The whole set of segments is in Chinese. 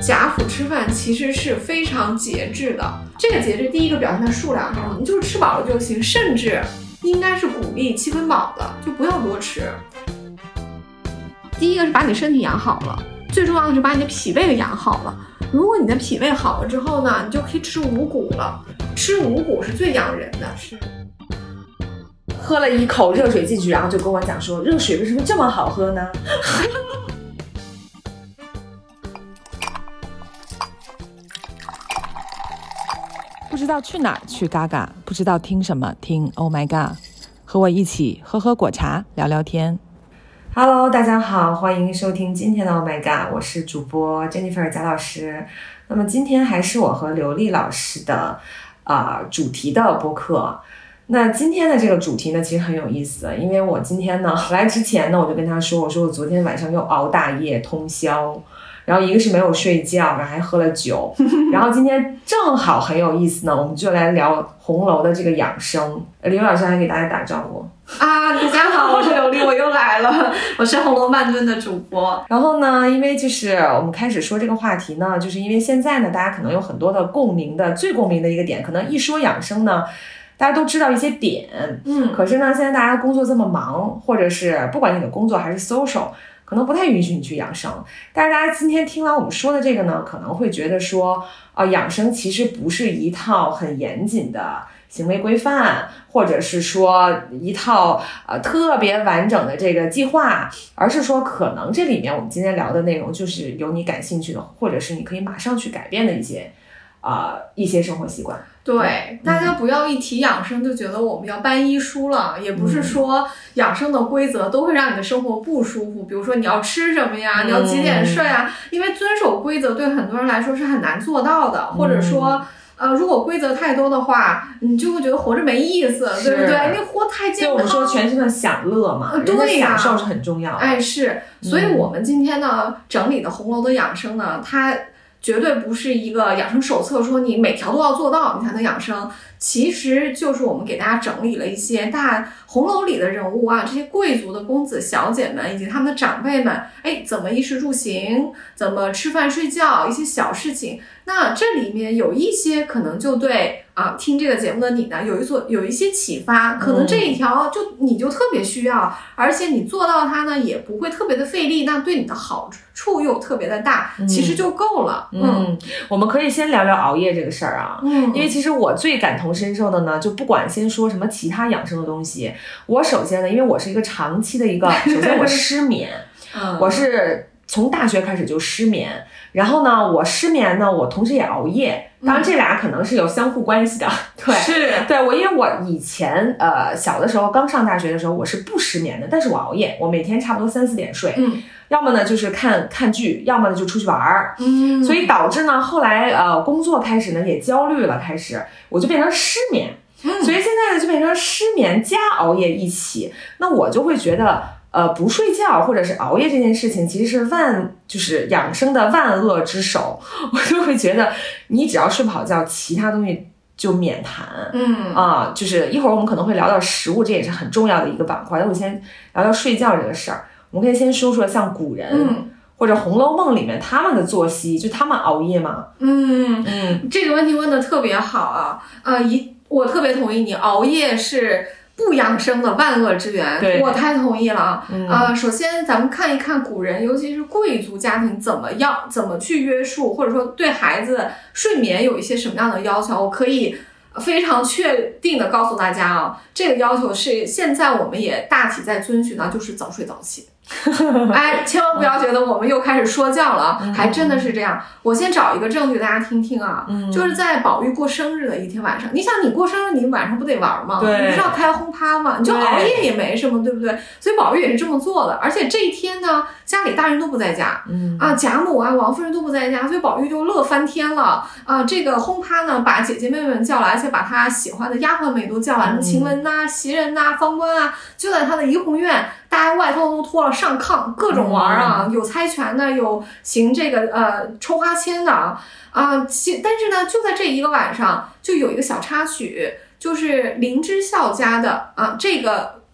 贾府吃饭其实是非常节制的。这个节制第一个表现在数量上，你就是吃饱了就行，甚至应该是鼓励7分饱的，就不要多吃。第一个是把你身体养好了，最重要的是把你的脾胃养好了。如果你的脾胃好了之后呢，你就可以吃五谷了。吃五谷是最养人的。是。 喝了一口热水进去，然后就跟我讲说，热水为什么这么好喝呢？ 不知道去哪儿去嘎嘎，不知道听什么听 Oh my god， 和我一起喝喝果茶聊聊天。 Hello， 大家好，欢迎收听今天的 Oh my god， 我是主播 Jennifer 贾老师。那么今天还是我和刘丽老师的主题的播客。那今天的这个主题呢，其实很有意思，因为我今天呢来之前呢，我就跟他说，我说我昨天晚上又熬大夜通宵，然后一个是没有睡觉，然后还喝了酒，然后今天正好很有意思呢，我们就来聊红楼的这个养生。刘老师还给大家打招呼啊，大家好，我是刘丽，我又来了，我是红楼慢炖的主播。 然后呢，因为就是我们开始说这个话题呢，就是因为现在呢，大家可能有很多的共鸣的，最共鸣的一个点，可能一说养生呢，大家都知道一些点，可是呢，现在大家工作这么忙，或者是不管你的工作还是 social， 可能不太允许你去养生。但是大家今天听完我们说的这个呢，可能会觉得说，养生其实不是一套很严谨的行为规范，或者是说一套特别完整的这个计划，而是说可能这里面我们今天聊的内容就是有你感兴趣的，或者是你可以马上去改变的一些生活习惯。 对，大家不要一提养生就觉得我们要搬医书了，也不是说养生的规则都会让你的生活不舒服，比如说你要吃什么呀，你要几点睡啊，因为遵守规则对很多人来说是很难做到的，或者说如果规则太多的话，你就会觉得活着没意思，对不对？你活太健康， 就我们说全身的享乐嘛， 对呀， 享受是很重要的。 哎，是，所以我们今天呢整理的红楼的养生呢，它绝对不是一个养生手册，说你每条都要做到你才能养生。其实就是我们给大家整理了一些红楼里的人物啊，这些贵族的公子小姐们以及他们的长辈们，怎么衣食住行，怎么吃饭睡觉，一些小事情。那这里面有一些可能就对听这个节目的你呢有一些启发，可能这一条你就特别需要，而且你做到它呢也不会特别的费力，那对你的好处又特别的大，其实就够了。 我们可以先聊聊熬夜这个事儿啊，因为其实我最感同身受的呢，就不管先说什么其他养生的东西，我首先呢，因为我是一个长期的首先我失眠，我是从大学开始就失眠，然后呢，我失眠呢，我同时也熬夜，当然这俩可能是有相互关系的。对， 是对，因为我以前小的时候刚上大学的时候我是不失眠的，但是我熬夜，我每天差不多3-4点睡，要么呢就是看剧，要么呢就出去玩所以导致呢后来工作开始呢也焦虑了，开始我就变成失眠，所以现在呢就变成失眠加熬夜一起，那我就会觉得不睡觉或者是熬夜这件事情其实是就是养生的万恶之首，我就会觉得你只要睡不好觉，其他东西就免谈。就是一会儿我们可能会聊到食物，这也是很重要的一个板块，但我先聊聊睡觉这个事儿。我们可以先说说像古人或者《红楼梦》里面他们的作息，就他们熬夜吗？ 这个问题问得特别好啊！我特别同意你，熬夜是不养生的万恶之源，我太同意了首先咱们看一看古人，尤其是贵族家庭怎么去约束，或者说对孩子睡眠有一些什么样的要求。我可以非常确定的告诉大家这个要求是现在我们也大体在遵循的，就是早睡早起。千万不要觉得我们又开始说教了还真的是这样。我先找一个证据大家听听就是在宝玉过生日的一天晚上，你想你过生日你晚上不得玩吗？你不是要开轰趴吗？你就熬夜也没什么，对不对？所以宝玉也是这么做的。而且这一天呢，家里大人都不在家贾母王夫人都不在家，所以宝玉就乐翻天了这个轰趴呢，把姐姐妹们叫来，而且把他喜欢的丫鬟们也都叫来，晴雯袭人方官就在他的怡红院，大家外套都脱了上炕各种玩有猜拳的，有行这个抽花签的但是呢就在这一个晚上就有一个小插曲，就是林之孝家的这个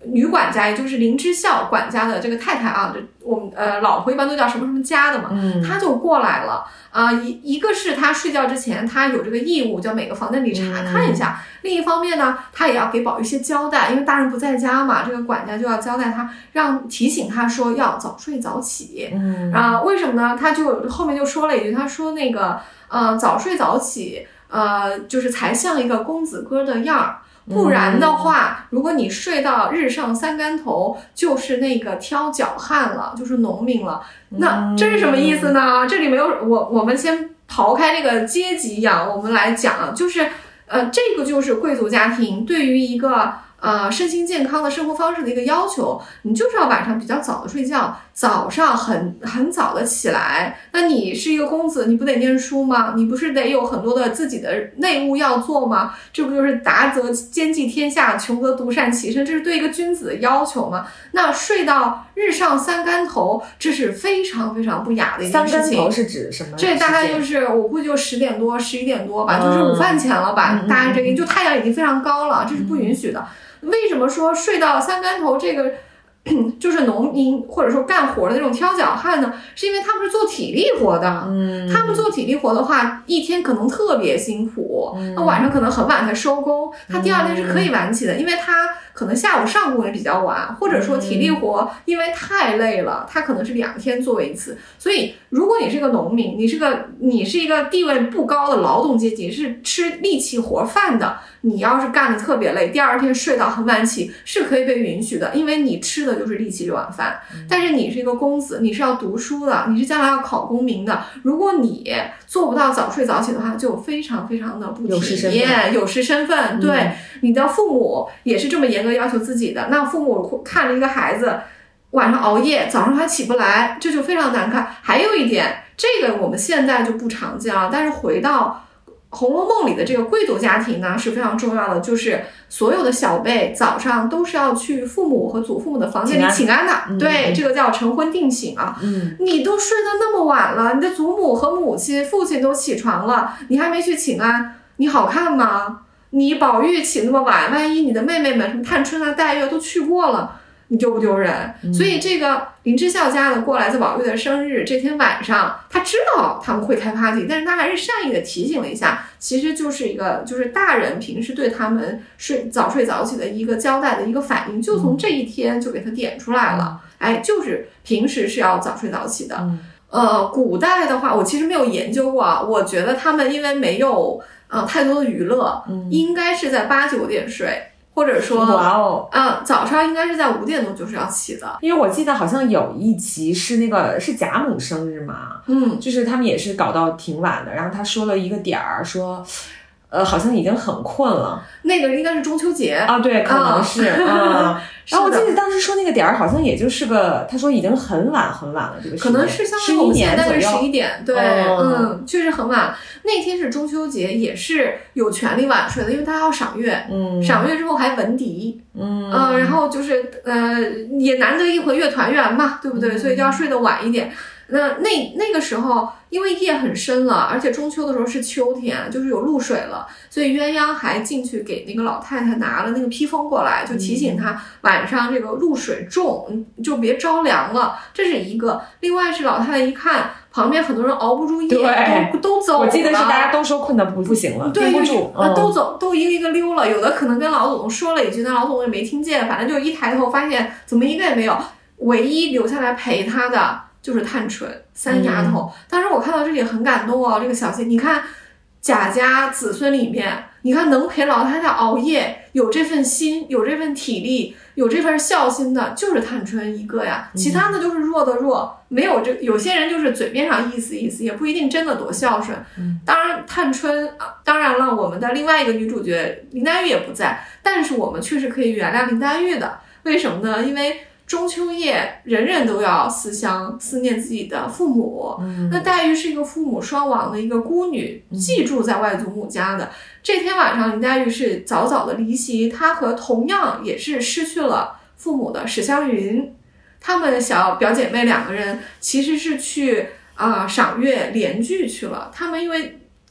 女管家，也就是林之孝管家的这个太太啊，我们老婆一般都叫什么什么家的嘛，她就过来了啊。一个是她睡觉之前，她有这个义务，叫每个房间里查看一下。另一方面呢，她也要给宝玉一些交代，因为大人不在家嘛，这个管家就要交代她，提醒她说要早睡早起。为什么呢？她就后面就说了一句，她说那个早睡早起，就是才像一个公子哥的样儿。不然的话，如果你睡到日上三竿头，就是那个挑脚汉了，就是农民了。那这是什么意思呢？这里没有我们先刨开这个阶级我们来讲，就是这个就是贵族家庭对于一个身心健康的生活方式的一个要求，你就是要晚上比较早的睡觉，早上很早的起来。那你是一个公子，你不得念书吗？你不是得有很多的自己的内务要做吗？这不就是达则兼济天下，穷则独善其身，这是对一个君子的要求吗？那睡到日上三竿头，这是非常非常不雅的一件事情。 三竿头是指什么？ 这大概就是我估计就10点多11点多吧，就是午饭前了吧，大概这个就太阳已经非常高了，这是不允许的。为什么说睡到三竿头这个就是农民或者说干活的那种挑脚汉呢？是因为他们是做体力活的，他们做体力活的话，一天可能特别辛苦，那晚上可能很晚才收工，他第二天是可以晚起的，因为他可能下午上工也比较晚，或者说体力活因为太累了，他可能是2天做一次。所以如果你是个农民，你是一个地位不高的劳动阶级，是吃力气活饭的，你要是干得特别累，第二天睡到很晚起是可以被允许的，因为你吃的就是力气这碗饭。但是你是一个公子，你是要读书的，你是将来要考功名的，如果你做不到早睡早起的话，就非常非常的不体面，有失身份。对，你的父母也是这么严格要求自己的，那父母看着一个孩子晚上熬夜，早上还起不来，这就非常难看。还有一点，这个我们现在就不常见了，但是回到《红楼梦》里的这个贵族家庭呢是非常重要的，就是所有的小辈早上都是要去父母和祖父母的房间里请安的。对，这个叫晨昏定省啊。你都睡到那么晚了，你的祖母和母亲父亲都起床了，你还没去请安，你好看吗？你宝玉起那么晚，万一你的妹妹们什么探春啊黛玉都去过了，你丢不丢人？所以这个林之孝家的过来，在宝玉的生日这天晚上，他知道他们会开 party， 但是他还是善意的提醒了一下，其实就是大人平时对他们早睡早起的一个交代的一个反应，就从这一天就给他点出来了。就是平时是要早睡早起的。古代的话我其实没有研究过啊，我觉得他们因为没有太多的娱乐，应该是在8、9点睡，或者说早上应该是在5点多就是要起的。 因为我记得好像有一集是贾母生日嘛，就是他们也是搞到挺晚的，然后他说了一个点儿，说好像已经很困了， 那个应该是中秋节啊，对，可能是然后我记得当时说那个点儿好像也就是他说已经很晚很晚了，这个时间可能是相当于我们现在的11点，对，确实很晚。那天是中秋节，也是有权利晚睡的，因为他要赏月，赏月之后还文笛，然后就是也难得一回月团圆嘛，对不对？所以就要睡得晚一点。那个时候因为夜很深了，而且中秋的时候是秋天，就是有露水了，所以鸳鸯还进去给那个老太太拿了那个披风过来，就提醒她晚上这个露水重，就别着凉了，这是一个。另外是老太太一看旁边很多人熬不住夜，都走了。 我记得是大家都说困得不行了， 对， 憋不住， 都走，都一个一个溜了。有的可能跟老祖宗说了一句，但老祖宗也没听见，反正就一抬头发现怎么一个也没有，唯一留下来陪他的就是探春3丫头。当时我看到这里很感动哦，这个小心，你看贾家子孙里面，你看能陪老太太熬夜，有这份心，有这份体力，有这份孝心的，就是探春一个呀。其他的就是弱的弱，没有有些人就是嘴边上意思意思，也不一定真的多孝顺。当然探春，当然了，我们的另外一个女主角林黛玉也不在，但是我们确实可以原谅林黛玉的。为什么呢？因为中秋夜人人都要思乡思念自己的父母，那黛玉是一个父母双亡的一个孤女，寄住在外祖母家的。这天晚上林黛玉是早早的离席，她和同样也是失去了父母的史湘云，她们小表姐妹2个人其实是去赏月联聚去了。她们因为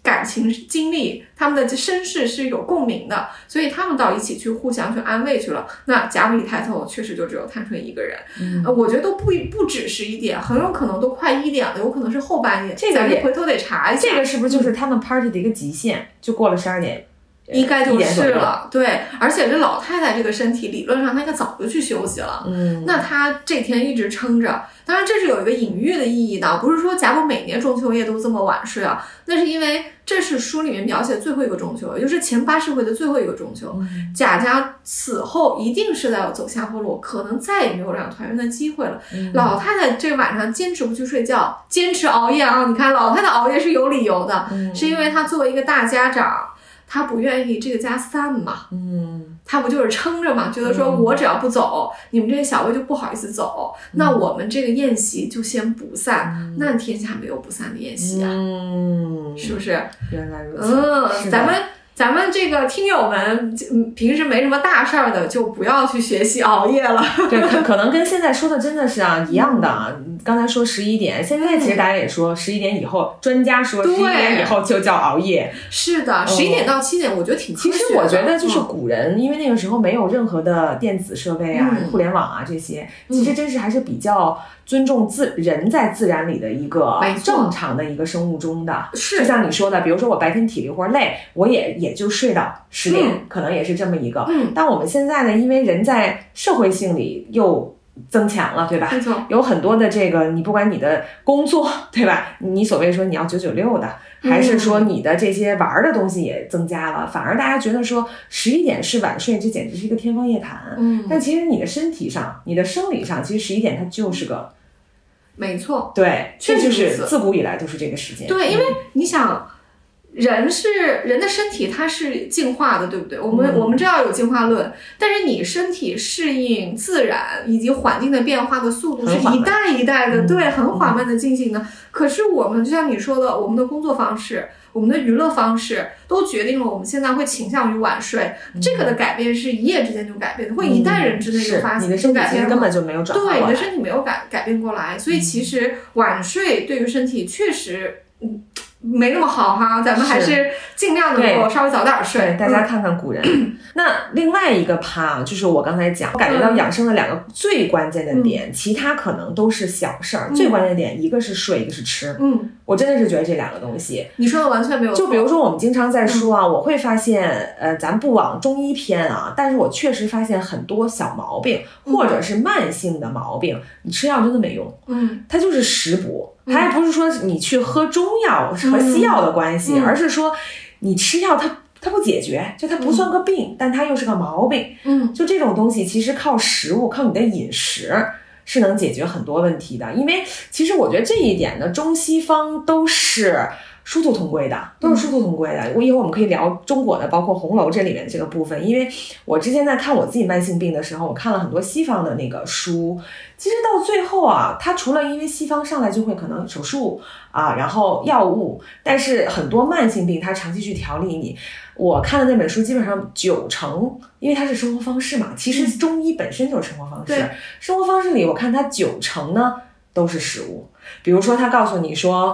感情经历，他们的身世是有共鸣的，所以他们到一起去互相去安慰去了。那贾府里抬头确实就只有探春一个人，我觉得都不止11点，很有可能都快1点了，有可能是后半夜。 这个也回头得查一下， 这个是不是就是他们 party 的一个极限？就过了12点。 应该就是了，对，而且这老太太这个身体理论上她应该早就去休息了，那她这天一直撑着，当然这是有一个隐喻的意义的，不是说贾母每年中秋夜都这么晚睡啊，那是因为这是书里面描写最后一个中秋，也就是前80回的最后一个中秋，贾家此后一定是在走下坡路，可能再也没有这样团圆的机会了。老太太这晚上坚持不去睡觉，坚持熬夜啊，你看老太太熬夜是有理由的，是因为她作为一个大家长，他不愿意这个家散嘛，他不就是撑着嘛，觉得说我只要不走，你们这些小辈就不好意思走，那我们这个宴席就先不散，那天下没有不散的宴席啊，是不是？ 原来如此。 咱们这个听友们平时没什么大事儿的，就不要去学习熬夜了。 对，可能跟现在说的真的是一样的啊。刚才说11点，现在其实大家也说11点以后，专家说11点以后就叫熬夜。 是的，11点到7点，我觉得挺科学的。 其实我觉得就是古人，因为那个时候没有任何的电子设备啊、互联网啊这些，其实真是还是比较尊重人在自然里的一个正常的一个生物钟的。 是， 就像你说的，比如说我白天体力活累，我也就睡到10点，可能也是这么一个。但我们现在呢，因为人在社会性里又增强了，对吧？ 没错， 有很多的这个，你不管你的工作，对吧？你所谓说你要996的，还是说你的这些玩的东西也增加了，反而大家觉得说11点是晚睡，这简直是一个天方夜谭。但其实你的身体上、你的生理上，其实11点它就是个。 没错， 对，这就是自古以来都是这个时间。 对，因为你想，人的身体它是进化的，对不对？我们知道有进化论，但是你身体适应自然以及环境的变化的速度是一代一代的，对，很缓慢的进行的。可是我们就像你说的，我们的工作方式，我们的娱乐方式都决定了我们现在会倾向于晚睡，这个的改变是一夜之间就改变的，会一代人之内就发生你的身体其实根本就没有转化过来， 对，你的身体没有改变过来，所以其实晚睡对于身体确实没那么好哈，咱们还是尽量能够稍微早点睡。 对，大家看看古人。那另外一个趴就是我刚才讲，我感觉到养生的2个最关键的点，其他可能都是小事儿。最关键的点，一个是睡，一个是吃。我真的是觉得这2个东西， 你说的完全没有错。 就比如说我们经常在说我会发现，咱不往中医偏啊，但是我确实发现很多小毛病，或者是慢性的毛病，你吃药真的没用。它就是食补。它还不是说你去喝中药和西药的关系，而是说你吃药它不解决，就它不算个病，但它又是个毛病。就这种东西其实靠食物，靠你的饮食是能解决很多问题的。因为其实我觉得这一点呢，中西方都是殊途同归的，都是殊途同归的。一会儿我们可以聊中国的，包括红楼这里面的这个部分。因为我之前在看我自己慢性病的时候，我看了很多西方的那个书，其实到最后啊，它除了因为西方上来就会可能手术啊，然后药物，但是很多慢性病它长期去调理你。我看的那本书基本上90%，因为它是生活方式嘛，其实中医本身就是生活方式。生活方式里我看它90%呢都是食物，比如说它告诉你说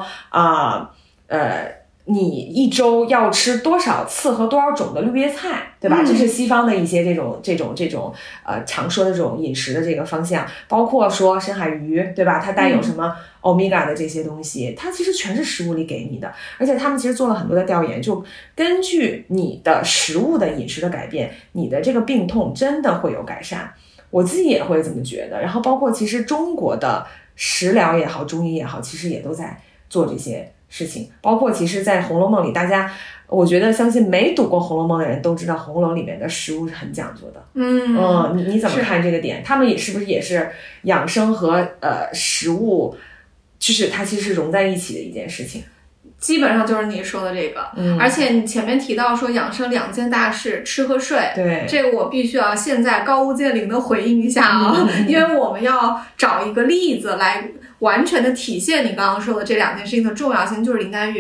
你一周要吃多少次和多少种的绿叶菜，对吧？这是西方的一些这种常说的这种饮食的这个方向，包括说深海鱼，对吧？它带有什么欧米伽的这些东西，它其实全是食物里给你的。而且他们其实做了很多的调研，就根据你的食物的饮食的改变，你的这个病痛真的会有改善。我自己也会这么觉得。然后包括其实中国的食疗也好，中医也好，其实也都在做这些事情。包括其实在《红楼梦》里，大家我觉得相信没读过《红楼梦》的人都知道，红楼里面的食物是很讲究的。你怎么看这个点？他们也是不是也是养生和食物，就是它其实是融在一起的一件事情？ 基本上就是你说的这个，而且你前面提到说养生2件大事，吃和睡， 对， 这个我必须要现在高屋建瓴的回应一下啊，因为我们要找一个例子来完全的体现你刚刚说的这2件事情的重要性，就是林黛玉。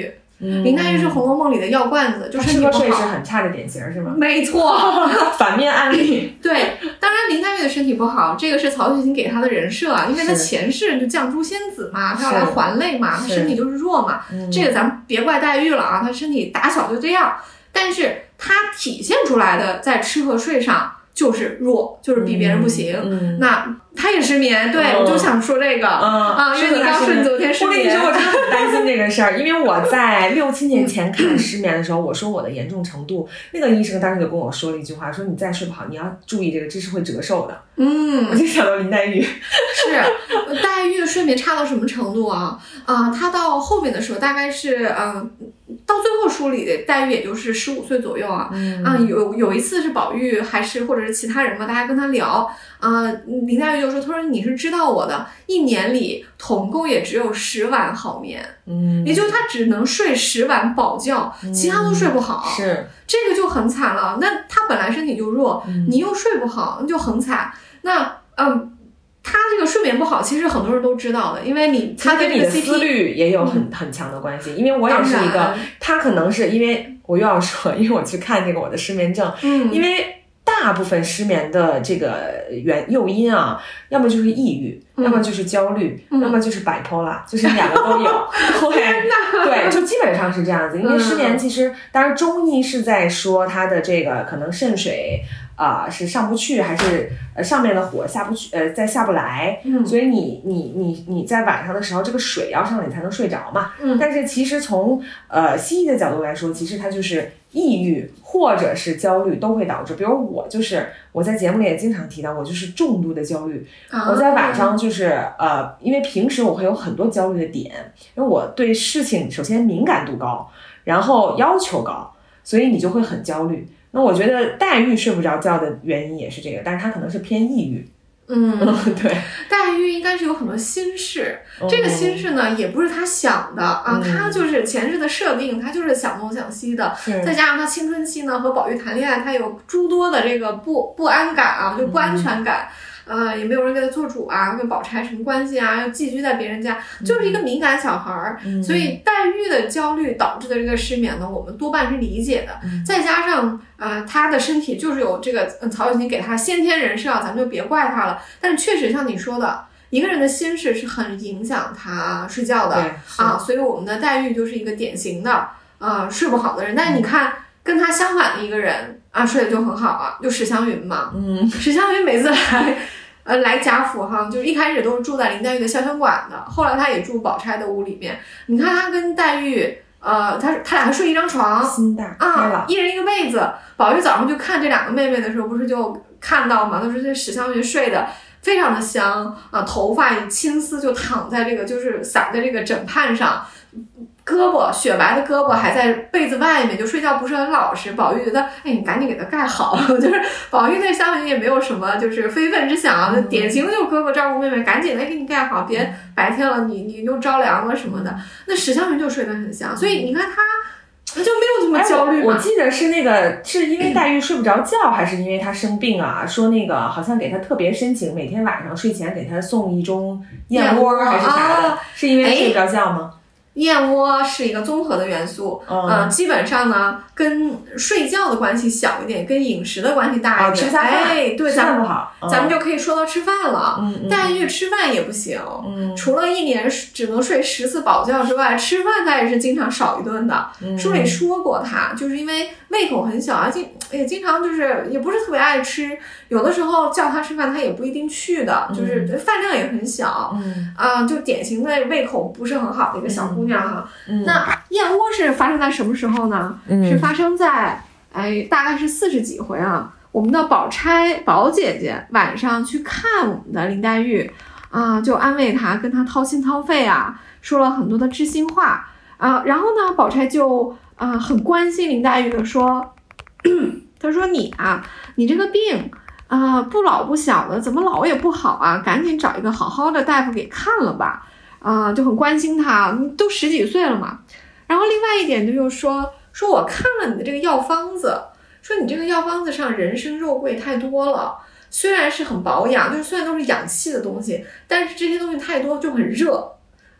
林黛玉是《红楼梦》里的药罐子，就身体不好， 睡是很差的典型是吗？ 没错， 反面案例。 对，当然林黛玉的身体不好，这个是曹雪芹给她的人设啊，因为她前世就绛珠仙子嘛，她要来还泪嘛，她身体就是弱嘛，这个咱们别怪黛玉了啊，她身体打小就这样，但是她体现出来的在吃和睡上就是弱，就是比别人不行。那他也失眠，对，我就想说这个因为你刚顺昨天失眠。 我跟你说，我真的很担心这个事儿，因为我在6、7年前看失眠的时候，我说我的严重程度，那个医生当时就跟我说了一句话，说你再睡不好，你要注意这个知识会折寿的。我就想到林黛玉， 是黛玉的睡眠差到什么程度啊？她到后面的时候，大概是到最后书里的黛玉也就是15岁左右啊。有一次是宝玉还是或者是其他人嘛，大家跟他聊。林黛玉就说：“她说你是知道我的，1年里统共也只有10晚好眠，也就是她只能睡10晚饱觉，其他都睡不好。 是这个就很惨了。那她本来身体就弱，你又睡不好，那就很惨。那他这个睡眠不好，其实很多人都知道的，因为他跟你的思虑也有很强的关系。因为我也是一个，他可能是因为我又要说，因为我去看这个我的失眠症，因为大部分失眠的这个诱因啊，要么就是抑郁，要么就是焦虑，要么就是 bipolar， 就是2个都有。对，就基本上是这样子。因为失眠其实，当然中医是在说他的这个可能肾水是上不去，还是上面的火下不去，再下不来，所以你在晚上的时候，这个水要上来你才能睡着嘛。但是其实从西医的角度来说，其实它就是抑郁或者是焦虑都会导致。比如我在节目里也经常提到，我就是重度的焦虑。我在晚上就是因为平时我会有很多焦虑的点，因为我对事情首先敏感度高，然后要求高，所以你就会很焦虑。那我觉得黛玉睡不着觉的原因也是这个，但是她可能是偏抑郁。对， 黛玉应该是有很多心事，这个心事呢也不是她想的啊，她就是前世的设定，她就是想东想西的，再加上她青春期呢和宝玉谈恋爱，她有诸多的这个不安感啊，就不安全感。也没有人给他做主啊，跟宝钗什么关系啊？要寄居在别人家，就是一个敏感小孩所以黛玉的焦虑导致的这个失眠呢，我们多半是理解的。再加上他的身体就是有这个曹雪芹给他先天人设啊，咱们就别怪他了。但是确实像你说的，一个人的心事是很影响他睡觉的啊，所以我们的黛玉就是一个典型的睡不好的人。但是你看跟他相反的一个人睡得就很好啊，就史湘云嘛。史湘云每次来贾府哈，就是一开始都是住在林黛玉的潇湘馆的，后来他也住宝钗的屋里面。你看他跟黛玉，他俩还睡一张床， 心大开了， 一人一个被子。宝玉早上就看这2个妹妹的时候，不是就看到嘛？他说这史湘云睡的非常的香头发以青丝就躺在这个就是散在这个枕畔上。雪白的胳膊还在被子外面，就睡觉不是很老实。宝玉觉得，你赶紧给他盖好。就是宝玉对湘云也没有什么就是非分之想典型的就哥哥照顾妹妹，赶紧的给你盖好，别白天了你又着凉了什么的。那史湘云就睡得很香，所以你看他就没有这么焦虑。 我记得是是因为黛玉睡不着觉，还是因为她生病啊？说那个好像给她特别申请，每天晚上睡前给她送一盅燕窝还是啥的，是因为睡不着觉吗？ 燕窝是一个综合的元素，基本上呢跟睡觉的关系小一点，跟饮食的关系大一点。 吃下饭， 对， 吃饭不好， 咱们就可以说到吃饭了。黛玉吃饭也不行，除了1年只能睡10次饱觉之外，吃饭她也是经常少一顿的。书里说过她就是因为胃口很小也经常就是也不是特别爱吃，有的时候叫她吃饭她也不一定去的，就是饭量也很小，就典型的胃口不是很好的一个小姑娘哈。那燕窝是发生在什么时候呢？是发生在大概是40几回啊。我们的宝姐姐晚上去看我们的林黛玉就安慰她，跟她掏心掏肺啊，说了很多的知心话然后呢，宝钗就很关心林黛玉的说，她说你这个病不老不小的，怎么老也不好啊？赶紧找一个好好的大夫给看了吧。就很关心她，都10几岁了嘛。然后另外一点就是说我看了你的这个药方子，说你这个药方子上人参肉桂太多了，虽然是很保养，就是虽然都是养气的东西，但是这些东西太多就很热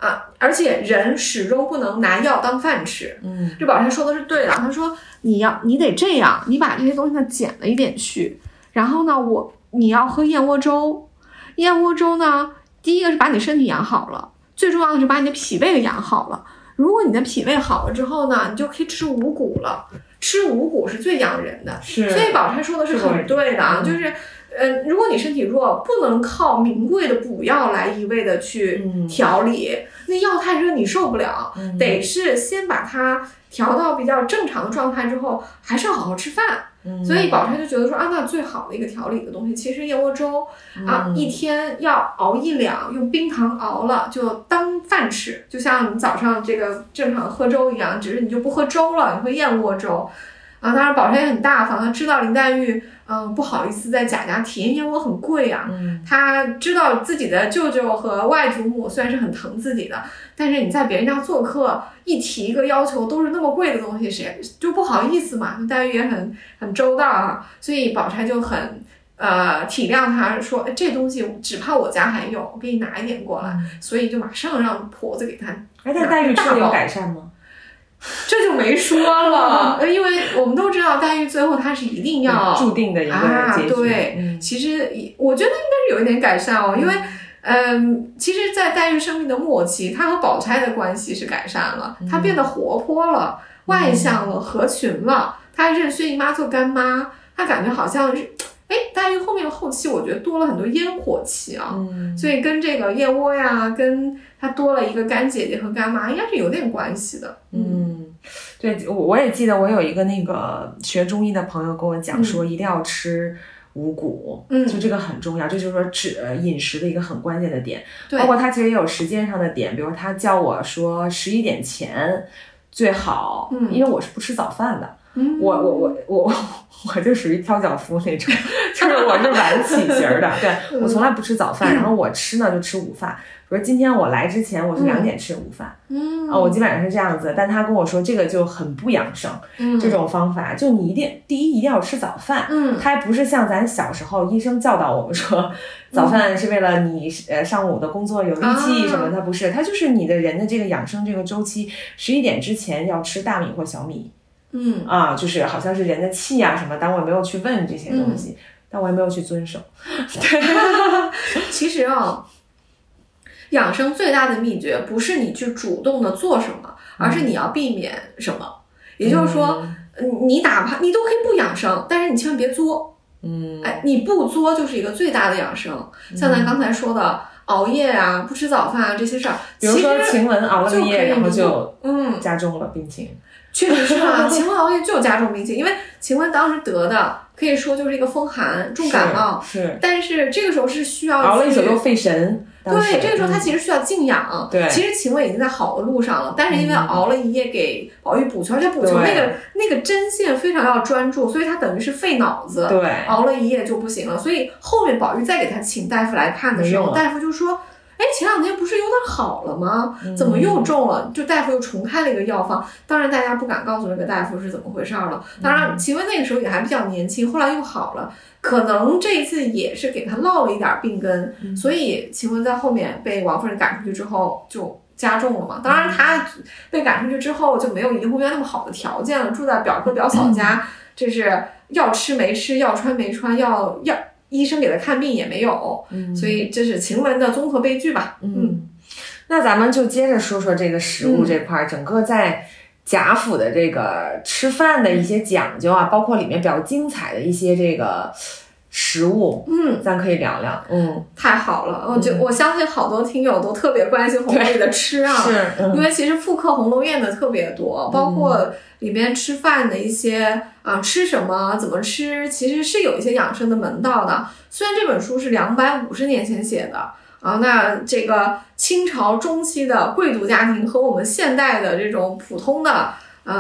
而且人始终不能拿药当饭吃。这宝钗说的是对的，他说你得这样，你把这些东西呢减了一点去，然后呢你要喝燕窝粥。燕窝粥呢，第一个是把你身体养好了，最重要的是把你的脾胃给养好了。如果你的脾胃好了之后呢，你就可以吃五谷了。吃五谷是最养人的，所以宝钗说的是很对的啊，就是如果你身体弱，不能靠名贵的补药来一味的去调理，那药太热你受不了，得是先把它调到比较正常的状态之后，还是要好好吃饭。所以宝钗就觉得说那最好的一个调理的东西其实燕窝粥一天要熬1两，用冰糖熬了就当饭吃，就像你早上这个正常喝粥一样，只是你就不喝粥了，你喝燕窝粥当然宝钗也很大方，她知道林黛玉不好意思在贾家提燕窝很贵啊，她知道自己的舅舅和外祖母虽然是很疼自己的，但是你在别人家做客一提一个要求都是那么贵的东西，谁就不好意思嘛。黛玉也很周到啊，所以宝钗就很体谅她，说这东西只怕我家还有，我给你拿一点过来，所以就马上让婆子给她。 但黛玉吃的有改善吗？ 这就没说了，因为我们都知道黛玉最后她是一定要注定的一个结局。 对，其实我觉得应该是有一点改善因为其实在黛玉生命的末期，她和宝钗的关系是改善了，她变得活泼了，外向了，合群了，她认薛姨妈做干妈，她感觉好像是黛玉后面的后期我觉得多了很多烟火气所以跟这个燕窝呀，跟她多了一个干姐姐和干妈应该是有点关系的。 对，我也记得我有一个那个学中医的朋友跟我讲说一定要吃五谷，就这个很重要，这就是说饮食的一个很关键的点。包括他其实也有时间上的点，比如他叫我说11点前最好，因为我是不吃早饭的。我就属于挑脚夫那种，就是我是晚起型的，对，我从来不吃早饭，然后我吃呢就吃午饭。比如今天我来之前我是2点吃午饭，我基本上是这样子。但他跟我说这个就很不养生，这种方法就你第一定要吃早饭，它还不是像咱小时候医生教导我们说早饭是为了你上午的工作有力气什么，它不是，它就是你的人的这个养生这个周期，11点之前要吃大米或小米。就是好像是人的气啊什么，但我也没有去问这些东西，但我也没有去遵守。对， 其实养生最大的秘诀不是你去主动的做什么，而是你要避免什么。也就是说，你哪怕你都可以不养生，但是你千万别作。你不作就是一个最大的养生。像咱刚才说的熬夜啊，不吃早饭啊这些事儿， 比如说晴雯熬了个夜，然后就加重了病情。 确实是晴雯熬夜就加重病情，因为晴雯当时得的可以说就是一个风寒重感冒， 是， 但是这个时候是需要熬了一宿又费神。 对，这个时候他其实需要静养。 对， 其实晴雯已经在好的路上了，但是因为熬了一夜给宝玉补球，而且补球那个针线非常要专注，所以他等于是费脑子。 对， 熬了一夜就不行了。所以后面宝玉再给他请大夫来看的时候，大夫就说前2天不是有点好了吗？怎么又重了？就大夫又重开了一个药方。当然大家不敢告诉那个大夫是怎么回事了。当然晴雯那个时候也还比较年轻，后来又好了，可能这一次也是给他落了一点病根，所以晴雯在后面被王夫人赶出去之后就加重了嘛。当然他被赶出去之后就没有怡红院那么好的条件了，住在表哥表嫂家，这是要吃没吃，要穿没穿，要医生给他看病也没有，所以这是晴雯的综合悲剧吧。 那咱们就接着说说这个食物这块，整个在贾府的这个吃饭的一些讲究啊，包括里面比较精彩的一些这个食物，咱可以聊聊。 太好了，我相信好多听友都特别关心红楼里的吃啊，因为其实复刻红楼宴的特别多，包括里面吃饭的一些吃什么怎么吃，其实是有一些养生的门道的。虽然这本书是250年前写的那这个清朝中期的贵族家庭和我们现代的这种普通的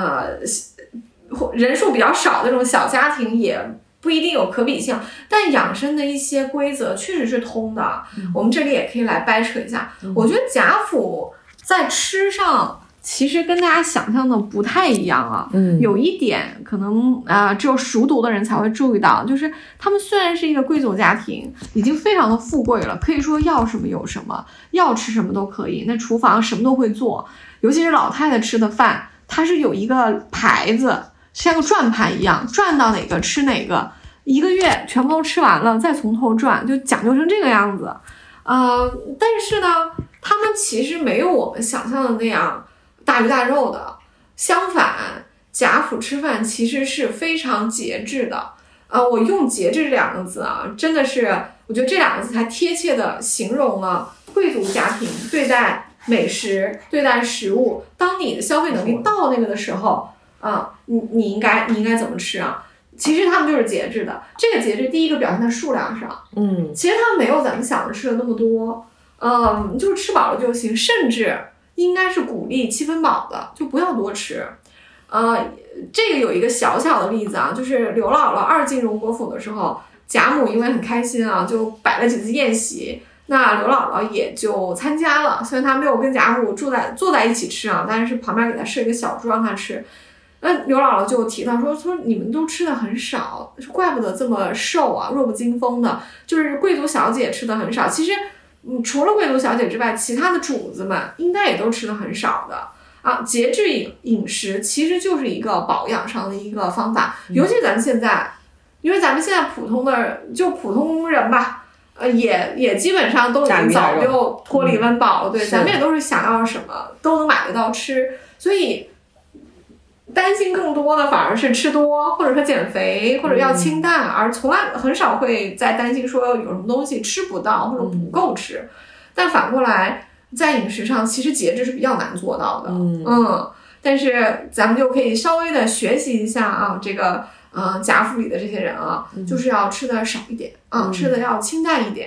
人数比较少的这种小家庭也不一定有可比性，但养生的一些规则确实是通的。我们这里也可以来掰扯一下。我觉得贾府在吃上其实跟大家想象的不太一样啊。有一点可能只有熟读的人才会注意到，就是他们虽然是一个贵族家庭，已经非常的富贵了，可以说要什么有什么，要吃什么都可以，那厨房什么都会做。尤其是老太太吃的饭，它是有一个牌子，像个转盘一样，转到哪个吃哪个，一个月全部都吃完了，再从头转，就讲究成这个样子。但是呢，他们其实没有我们想象的那样大鱼大肉的，相反，贾府吃饭其实是非常节制的。我用节制这两个字啊，真的是我觉得这两个字才贴切的形容了贵族家庭对待美食、对待食物。当你的消费能力到那个的时候你应该怎么吃啊？其实他们就是节制的。这个节制第一个表现在数量上，其实他们没有咱们想的吃的那么多，就是吃饱了就行，甚至应该是鼓励7分饱的，就不要多吃。这个有一个小小的例子啊，就是刘姥姥2进荣国府的时候，贾母因为很开心啊，就摆了几次宴席，那刘姥姥也就参加了。虽然她没有跟贾母坐在一起吃啊，但是旁边给她设一个小桌让她吃。那刘姥姥就提到说你们都吃的很少，怪不得这么瘦啊，弱不禁风的，就是贵族小姐吃的很少。其实除了贵族小姐之外，其他的主子们应该也都吃的很少的啊。节制饮食其实就是一个保养上的一个方法，尤其咱们现在，因为咱们现在普通人吧，也基本上都已经早就脱离温饱了，对，咱们也都是想要什么都能买得到吃，所以担心更多的反而是吃多，或者说减肥，或者要清淡，而从来很少会再担心说有什么东西吃不到或者不够吃。但反过来在饮食上其实节制是比较难做到的，但是咱们就可以稍微的学习一下啊，这个贾府里的这些人啊，就是要吃的少一点啊，吃的要清淡一点，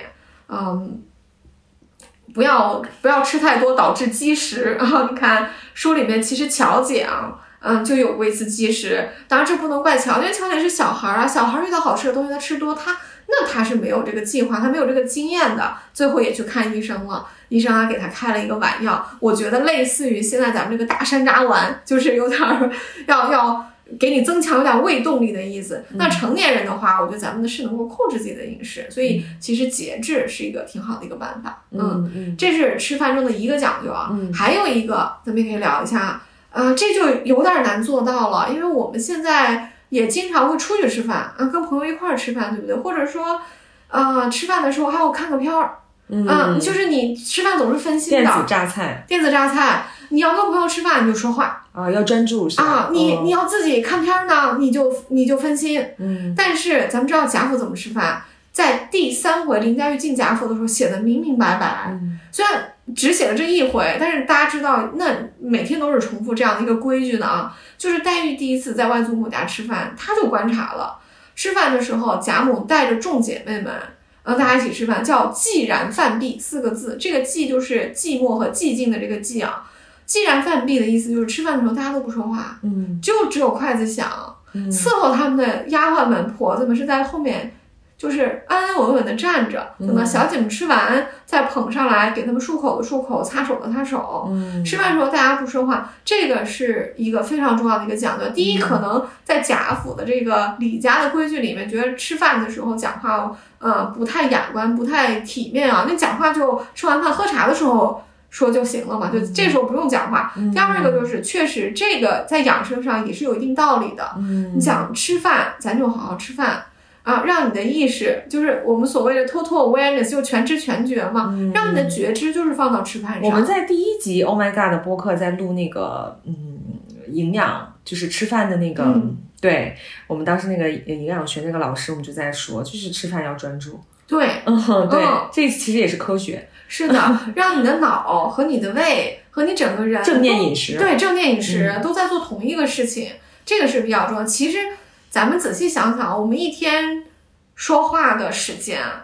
不要吃太多导致积食啊。你看书里面其实乔姐啊就有过一次积食，当然这不能怪乔，因为乔姐是小孩啊，小孩遇到好吃的东西他吃多，他是没有这个计划，他没有这个经验的，最后也去看医生了，医生给他开了一个丸药，我觉得类似于现在咱们这个大山楂丸，就是有点要给你增强有点胃动力的意思。那成年人的话，我觉得咱们是能够控制自己的饮食，所以其实节制是一个挺好的一个办法。这是吃饭中的一个讲究啊。还有一个咱们也可以聊一下这就有点难做到了，因为我们现在也经常会出去吃饭跟朋友一块儿吃饭，对不对？或者说吃饭的时候还要看个片儿，就是你吃饭总是分心的， 电子榨菜，你要跟朋友吃饭你就说话要专注是吧？ 你要自己看片呢，你就分心。但是咱们知道贾府怎么吃饭，在第3回林黛玉进贾府的时候写的明明白白，虽然只写了这一回，但是大家知道那每天都是重复这样的一个规矩的啊。就是黛玉第一次在外祖母家吃饭，她就观察了，吃饭的时候贾母带着众姐妹们大家一起吃饭，叫寂然饭毕4个字，这个寂就是寂寞和寂静的这个寂啊。寂然饭毕的意思就是吃饭的时候大家都不说话，就只有筷子响，伺候他们的丫鬟们婆子们是在后面就是安安稳稳的站着，等到小姐们吃完再捧上来，给他们漱口的漱口，擦手的擦手。吃饭的时候大家不说话，这个是一个非常重要的一个讲究。第一，可能在贾府的这个李家的规矩里面，觉得吃饭的时候讲话不太雅观，不太体面啊。那讲话就吃完饭喝茶的时候说就行了嘛，就这时候不用讲话。第二个就是确实这个在养生上也是有一定道理的。你想吃饭，咱就好好吃饭。让你的意识就是我们所谓的 total awareness， 就全知全觉嘛，让你的觉知就是放到吃饭上。 我们在第1集 Oh My God 的播客在录那个营养，就是吃饭的那个对，我们当时那个营养学那个老师我们就在说，就是吃饭要专注。 对对，这其实也是科学。 是的，让你的脑和你的胃和你整个人正念饮食， 对，正念饮食都在做同一个事情，这个是比较重要。其实咱们仔细想想，我们一天说话的时间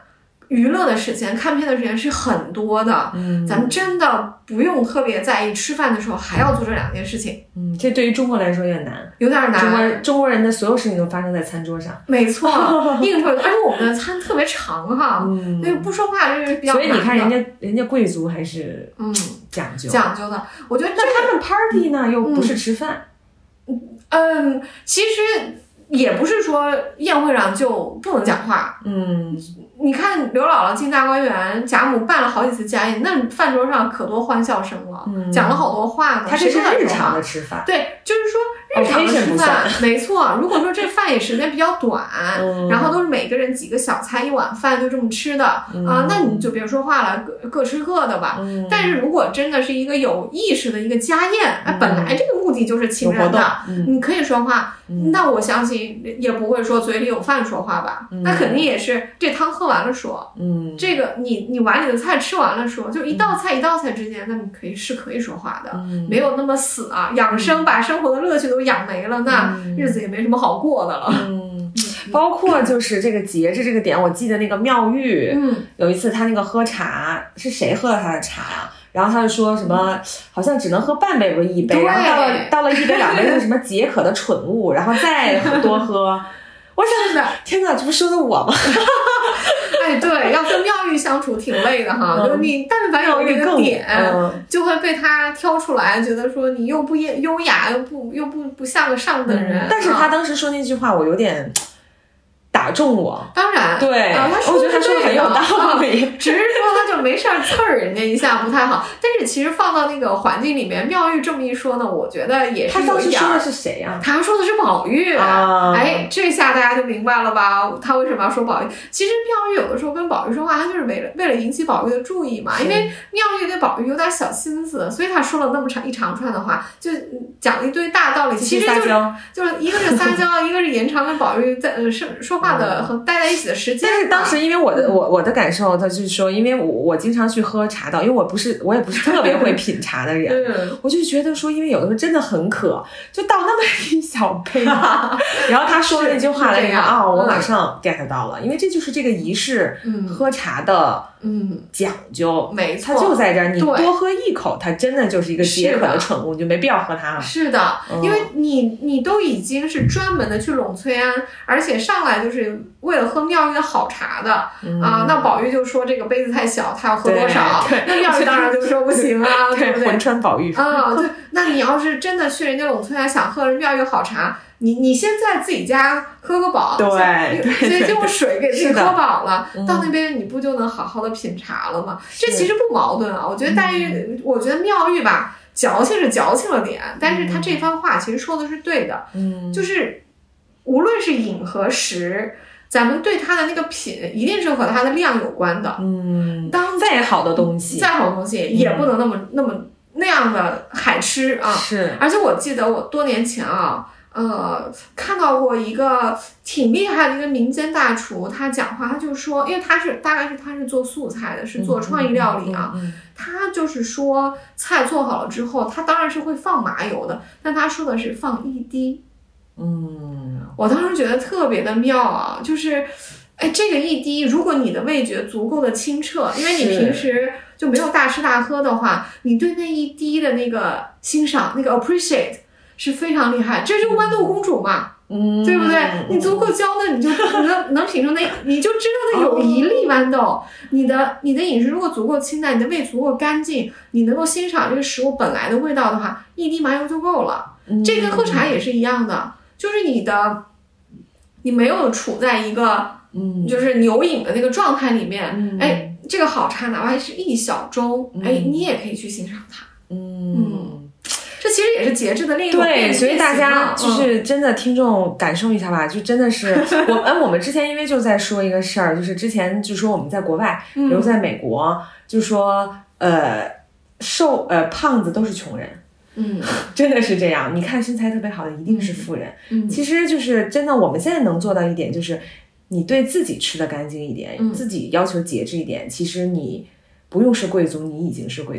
娱乐的时间、看片的时间是很多的，咱们真的不用特别在意吃饭的时候还要做这2件事情。 这对于中国来说有点难， 有点难。 中国人的所有事情都发生在餐桌上， 没错，应酬，而且我们的餐特别长哈，那个不说话这是比较难的。 所以你看人家贵族还是讲究的。我觉得那他们 party 呢又不是吃饭， 其实也不是说宴会上就不能讲话，你看刘姥姥进大观园，贾母办了好几次家宴，那饭桌上可多欢笑声了，讲了好多话呢。 他这是日常的吃饭， 对，就是说日常的吃饭，没错。如果说这饭也时间比较短，然后都是每个人几个小菜一碗饭就这么吃的那你就别说话了，各吃各的吧。但是如果真的是一个有意识的一个家宴，本来这个目的就是请人的，你可以说话，那我相信也不会说嘴里有饭说话吧，那肯定也是这汤喝完了说，这个你碗里的菜吃完了说，就一道菜一道菜之间，那你可以说话的，没有那么死啊，养生把生活的乐趣都养没了，那日子也没什么好过的了。 包括就是这个节制这个点，我记得那个妙玉，有一次他那个喝茶，是谁喝了他的茶呀？然后他就说什么好像只能喝半杯不是一杯，然后到了1杯2杯就是什么解渴的蠢物，然后再多喝。我想天哪，这不说的我吗？ 哎，对，要跟妙玉相处挺累的哈，就是你但凡有一个点，就会被他挑出来，觉得说你又不优雅，又不像个上等人。 但是他当时说那句话，我有点打中我。 当然， 对，我觉得他说的很有道理， 只是说他就没事刺儿人家一下不太好。但是其实放到那个环境里面，妙玉这么一说呢，我觉得也是有一点。他当时说的是谁呀？ 他说的是宝玉。哎，这下大家就明白了吧？他为什么要说宝玉？其实妙玉有的时候跟宝玉说话，他就是为了引起宝玉的注意嘛。因为妙玉对宝玉有点小心思，所以他说了那么一长串的话，就讲了一堆大道理。其实就是一个是撒娇，一个是延长跟宝玉在说话的和待在一起的时间。 但是当时因为我的感受，他就是说，因为我经常去喝茶道，因为我也不是特别会品茶的人，我就觉得说，因为有的时候真的很渴，就倒那么一小杯，然后他说那句话了以后我马上 get 到了，因为这就是这个仪式喝茶的讲究， 没错， 它就在这儿，你多喝一口，它真的就是一个解渴的蠢物，你就没必要喝它了。 是的，因为你都已经是专门的去拢翠庵，而且上来就是为了喝妙玉的好茶的那宝玉就说这个杯子太小，他要喝多少？那妙玉当然就说不行啊，对不对？ 魂穿宝玉对，那你要是真的去人家拢翠庵想喝妙玉好茶，你先在自己家喝个饱， 对， 就用水给自己喝饱了，到那边你不就能好好的品茶了吗？这其实不矛盾啊。我觉得我觉得妙玉吧，矫情是矫情了点，但是他这番话其实说的是对的，就是无论是饮和食，咱们对它的那个品一定是和它的量有关的。当再好的东西也不能那样的海吃啊。 是， 而且我记得我多年前看到过一个挺厉害的一个民间大厨，他讲话他就说，因为大概是他是做素菜的，是做创意料理啊，他就是说菜做好了之后，他当然是会放麻油的，但他说的是放1滴。我当时觉得特别的妙啊，就是这个1滴，如果你的味觉足够的清澈，因为你平时就没有大吃大喝的话，你对那1滴的那个欣赏，那个 appreciate 是非常厉害，这就是豌豆公主嘛，对不对？你足够娇嫩，你就能品出那，你就知道那有1粒豌豆。你的饮食如果足够清淡，你的胃足够干净，你能够欣赏这个食物本来的味道的话，1滴麻油就够了。这跟喝茶也是一样的，就是你没有处在一个就是牛饮的那个状态里面，这个好茶哪怕是1小盅，你也可以去欣赏它。这其实也是节制的另一种对，所以大家就是真的听众感受一下吧，就真的是我们之前因为就在说一个事儿，就是之前就说我们在国外，比如在美国，就说胖子都是穷人。真的是这样，你看身材特别好的一定是富人。其实就是真的，我们现在能做到一点，就是你对自己吃的干净一点，自己要求节制一点，其实你不用是贵族，你已经是贵族。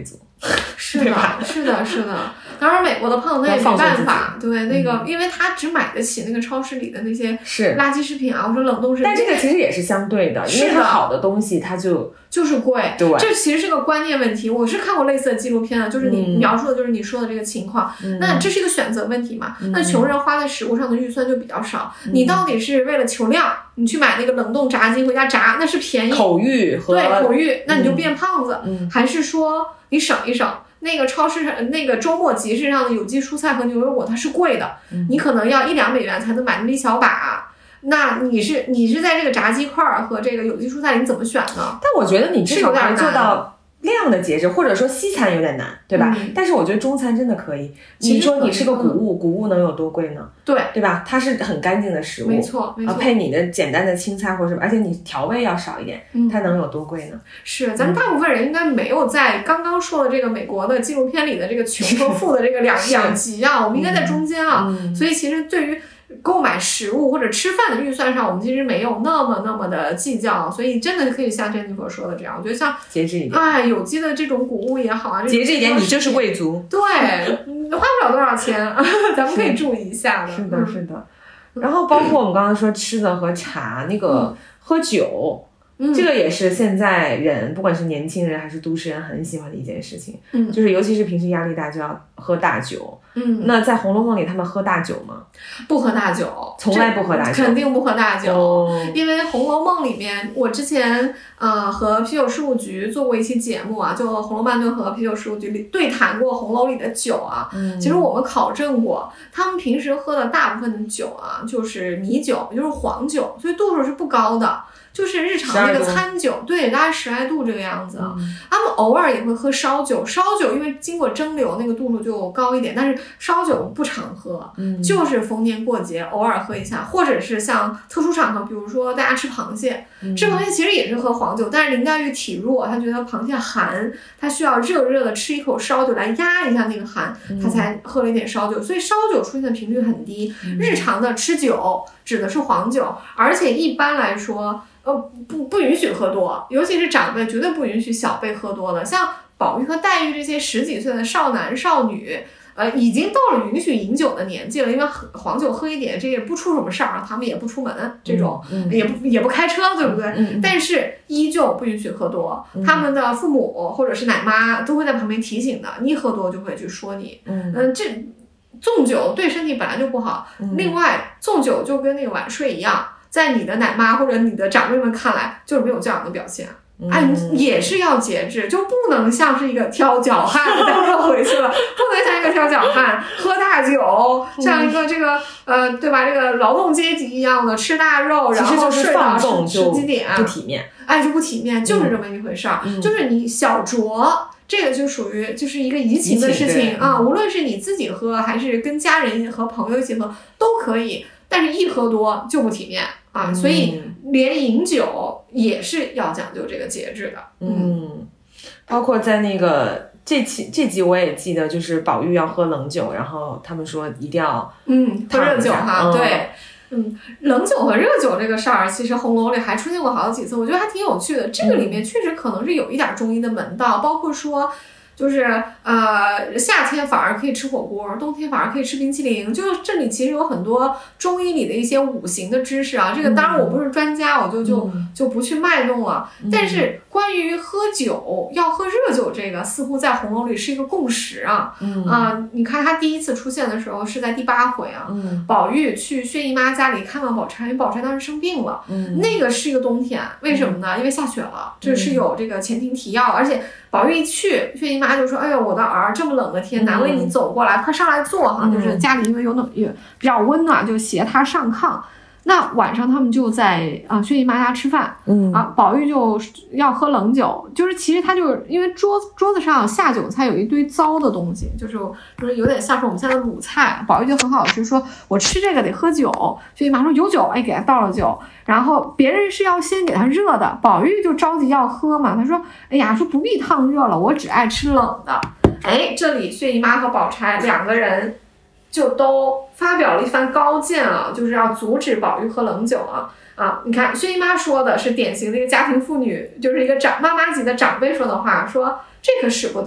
是的，是的，是的。当然，美国的胖子他也没办法，对那个，因为他只买得起那个超市里的那些垃圾食品啊，或者冷冻食品。 但这个其实也是相对的，因为它好的东西它就是贵。 对， 这其实是个观念问题。我是看过类似的纪录片的，就是你描述的就是你说的这个情况。那这是一个选择问题嘛？那穷人花在食物上的预算就比较少。你到底是为了求量，你去买那个冷冻炸鸡回家炸，那是便宜。 口欲和对口欲，那你就变胖子。还是说你省一省？那个超市上那个周末集市上的有机蔬菜和牛油果它是贵的，你可能要1-2美元才能买那么一小把。那你是在这个炸鸡块和这个有机蔬菜你怎么选呢？ 但我觉得你至少能做到量的节制，或者说西餐有点难，对吧？但是我觉得中餐真的可以。你说你是个谷物能有多贵呢？对吧？它是很干净的食物， 没错， 配你的简单的青菜或者什么，而且你调味要少一点，它能有多贵呢？ 是，咱们大部分人应该没有在刚刚说的这个美国的纪录片里的这个穷和富的这个两极啊，我们应该在中间啊。所以其实对于购买食物或者吃饭的预算上，我们其实没有那么的计较，所以真的可以像 Jennifer 说的这样，我觉得像节制一点， 有机的这种谷物也好啊， 节制一点，你就是贵族， 对，花不了多少钱，咱们可以注意一下的。 是的，是的。然后包括我们刚刚说吃的和茶，那个喝酒。这个也是现在人不管是年轻人还是都市人很喜欢的一件事情，就是尤其是平时压力大就要喝大酒。那在《红楼梦》里他们喝大酒吗？ 不喝大酒， 从来不喝大酒， 肯定不喝大酒。因为《红楼梦》里面，我之前和啤酒事务局做过一期节目啊，就红楼曼顿和啤酒事务局里对谈过红楼里的酒啊。其实我们考证过，他们平时喝的大部分的酒啊，就是米酒，也就是黄酒，所以度数是不高的。就是日常那个餐酒，对，大概10来度这个样子。他们偶尔也会喝烧酒，烧酒因为经过蒸馏，那个度数就高一点，但是烧酒不常喝，就是逢年过节偶尔喝一下，或者是像特殊场合，比如说大家吃螃蟹，吃螃蟹其实也是喝黄酒，但是林黛玉体弱，她觉得螃蟹寒，她需要热热的吃一口烧酒来压一下那个寒，她才喝了一点烧酒，所以烧酒出现的频率很低。日常的吃酒指的是黄酒，而且一般来说不允许喝多，尤其是长辈绝对不允许小辈喝多的。像宝玉和黛玉这些10几岁的少男少女，已经到了允许饮酒的年纪了，因为黄酒喝一点，这也不出什么事儿，他们也不出门，这种也不开车，对不对？但是依旧不允许喝多，他们的父母或者是奶妈都会在旁边提醒的，你一喝多就会去说你，这纵酒对身体本来就不好，另外纵酒就跟那个晚睡一样。在你的奶妈或者你的长辈们看来就是没有教养的表现，也是要节制，就不能像是一个挑脚汉，再说回去了，不能像一个挑脚汉喝大酒，像一个这个对吧？这个劳动阶级一样的吃大肉，然后睡到10几点， 不体面， 就不体面，就是这么一回事儿，就是你小酌。这个就属于就是一个怡情的事情啊，无论是你自己喝还是跟家人和朋友一起喝都可以，但是一喝多就不体面啊，所以连饮酒也是要讲究这个节制的。 包括在那个这集我也记得，就是宝玉要喝冷酒，然后他们说一定要喝热酒哈，对。冷酒和热酒这个事儿，其实红楼里还出现过好几次，我觉得还挺有趣的。这个里面确实可能是有一点中医的门道，包括说就是夏天反而可以吃火锅，冬天反而可以吃冰淇淋，就是这里其实有很多中医里的一些五行的知识啊。这个当然我不是专家，我就不去卖弄了。但是关于喝酒要喝热酒这个，似乎在红楼里是一个共识啊。你看他第一次出现的时候是在第8回啊，宝玉去薛姨妈家里看望宝钗，因为宝钗当时生病了，那个是一个冬天，为什么呢？因为下雪了，这是有这个前庭提要，而且宝玉一去，薛姨妈就说：“哎呦，我的儿，这么冷的天，难为你走过来，快上来坐哈。”就是家里因为也比较温暖，就携他上炕。那晚上他们就在薛姨妈家吃饭，宝玉就要喝冷酒，就是其实他就是因为桌子上下酒菜有一堆糟的东西，就是有点像是我们现在的卤菜，宝玉就很好吃，说我吃这个得喝酒，薛姨妈说有酒，给他倒了酒，然后别人是要先给他热的，宝玉就着急要喝嘛，他说哎呀，说不必烫热了，我只爱吃冷的。这里薛姨妈和宝钗2个人就都发表了一番高见啊，就是要阻止宝玉喝冷酒啊！你看薛姨妈说的是典型的一个家庭妇女，就是一个妈妈级的长辈说的话，说这可使不得，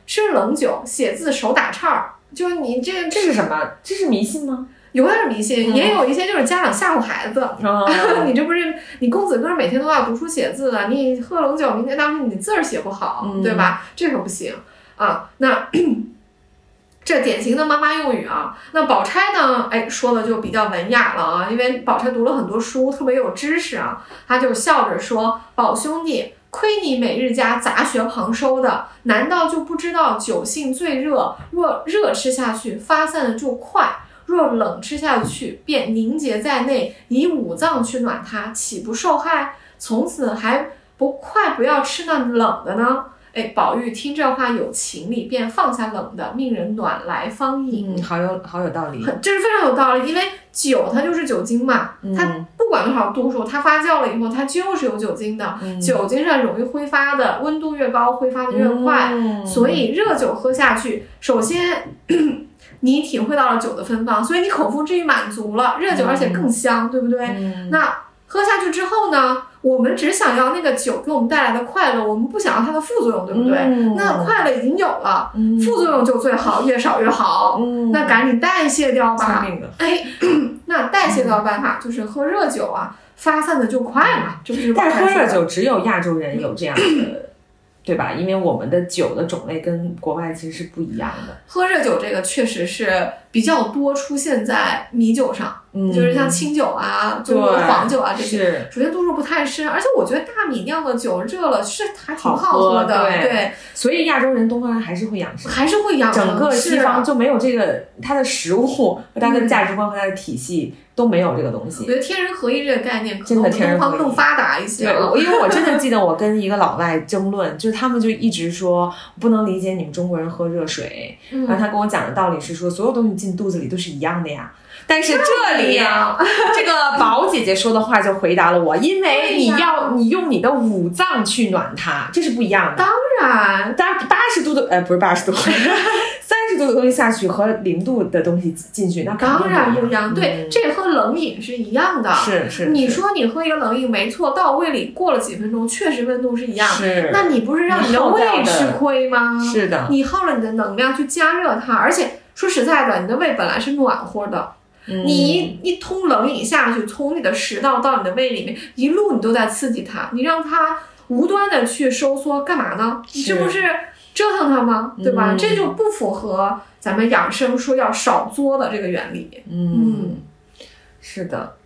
吃冷酒写字手打岔儿，就是你这是什么？这是迷信吗？ 有点迷信，也有一些就是家长吓唬孩子。你这不是你公子哥每天都要读书写字的，你喝冷酒，明天当时你字儿写不好，对吧？这可不行啊。那这典型的妈妈用语啊。那宝钗呢，说的就比较文雅了啊，因为宝钗读了很多书，特别有知识啊。她就笑着说：“宝兄弟，亏你每日家杂学旁收的，难道就不知道酒性最热？若热吃下去，发散的就快。”若冷吃下去，便凝结在内，以五脏去暖它，岂不受害？从此还不要吃那冷的呢？宝玉听这话有情理，便放下冷的，命人暖来方饮。 好有道理， 这是非常有道理。因为酒它就是酒精嘛，它不管多少度数，它发酵了以后，它就是有酒精的。酒精是容易挥发的，温度越高，挥发的越快。所以热酒喝下去，首先你体会到了酒的芬芳，所以你口腹之欲满足了，热酒而且更香，对不对？那喝下去之后呢，我们只想要那个酒给我们带来的快乐，我们不想要它的副作用，对不对？那快乐已经有了，副作用就最好，越少越好。那赶紧代谢掉吧。那代谢掉的办法就是喝热酒啊，发散的就快嘛。 但是喝热酒只有亚洲人有这样的。对吧？因为我们的酒的种类跟国外其实是不一样的。 喝热酒这个确实是比较多出现在米酒上，就是像清酒啊，就是黄酒啊这些，首先度数不太深，而且我觉得大米酿的酒热了是还挺好喝的。对， 所以亚洲人、东方人还是会养生，整个西方就没有这个，它的食物和它的价值观和它的体系。都没有这个东西。 我觉得天人合一这个概念可能我们东方更发达一些。 对，因为我真的记得我跟一个老外争论，就是他们就一直说不能理解你们中国人喝热水。然后他跟我讲的道理是说，所有东西进肚子里都是一样的呀。但是这里这个宝姐姐说的话就回答了我，因为你用你的五脏去暖它，这是不一样的。 当然 ，80度的不是80度，30度的东西下去和0度的东西进去，那当然不一样。对，这和冷饮是一样的。 是。 你说你喝一个冷饮没错，到胃里过了几分钟，确实温度是一样的。那你不是让你的胃吃亏吗？ 是的， 你耗了你的能量去加热它，而且说实在的，你的胃本来是暖和的。你一通冷饮下去，从你的食道到你的胃里面，一路你都在刺激它，你让它无端的去收缩，干嘛呢？你这不是折腾它吗？对吧？这就不符合咱们养生说要少作的这个原理。 是的。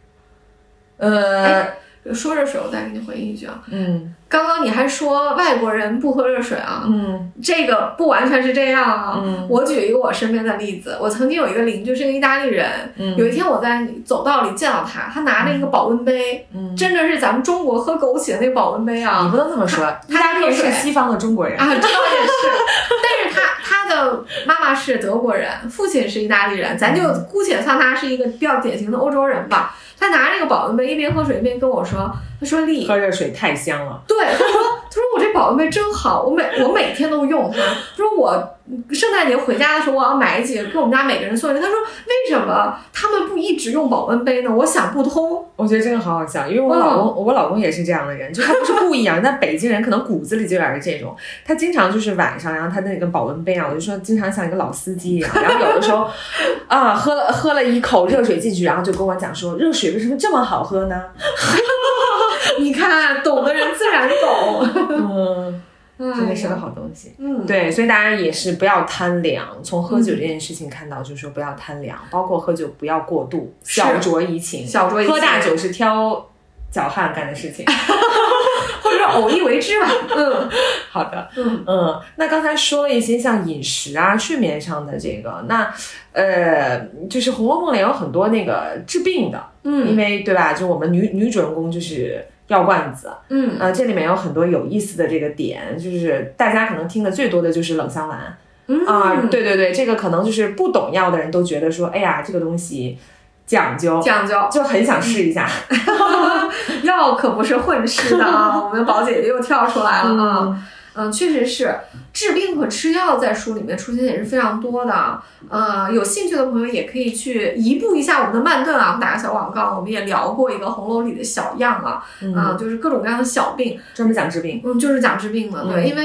说热水，我再给你回应一句啊。刚刚你还说外国人不喝热水啊，这个不完全是这样啊。我举一个我身边的例子，我曾经有一个邻居是个意大利人，有一天我在走道里见到他拿着一个保温杯，真的是咱们中国喝枸杞的那个保温杯啊。 你不能这么说，意大利是西方的中国人啊，这倒也是。但是他的妈妈是德国人，父亲是意大利人，咱就姑且算他是一个比较典型的欧洲人吧。他拿着个保温杯，一边喝水一边跟我说：“他说丽， 喝热水太香了。” 对，他说我这保温杯真好，我每天都用它。他说我圣诞节回家的时候，我要买几个给我们家每个人送一个。他说为什么他们不一直用保温杯呢？我想不通。 我觉得这个好好笑，因为我老公也是这样的人，就他不是故意啊，但北京人可能骨子里就有点这种，他经常就是晚上，然后他的那个保温杯啊，我就说经常像一个老司机一样，然后有的时候啊喝了一口热水进去，然后就跟我讲说热水为什么这么好喝呢？ 你看，懂的人自然懂。 真的是个好东西。对，所以大家也是不要贪凉。从喝酒这件事情看到，就是说不要贪凉，包括喝酒不要过度，小酌怡情。喝大酒是挑脚汉干的事情， 或者偶一为之吧。 好的。那刚才说了一些像饮食啊、睡眠上的这个，那就是《红楼梦》里有很多那个治病的，因为对吧？就我们女主人公就是药罐子，这里面有很多有意思的这个点，就是大家可能听的最多的就是冷香丸，对，这个可能就是不懂药的人都觉得说，哎呀，这个东西讲究，就很想试一下。 药可不是混吃的啊！我们宝姐姐又跳出来了啊！确实是治病和吃药在书里面出现也是非常多的。有兴趣的朋友也可以去移步一下我们的慢炖啊，我们打个小广告，我们也聊过一个红楼里的小样啊，就是各种各样的小病， 专门讲治病， 就是讲治病的，对，因为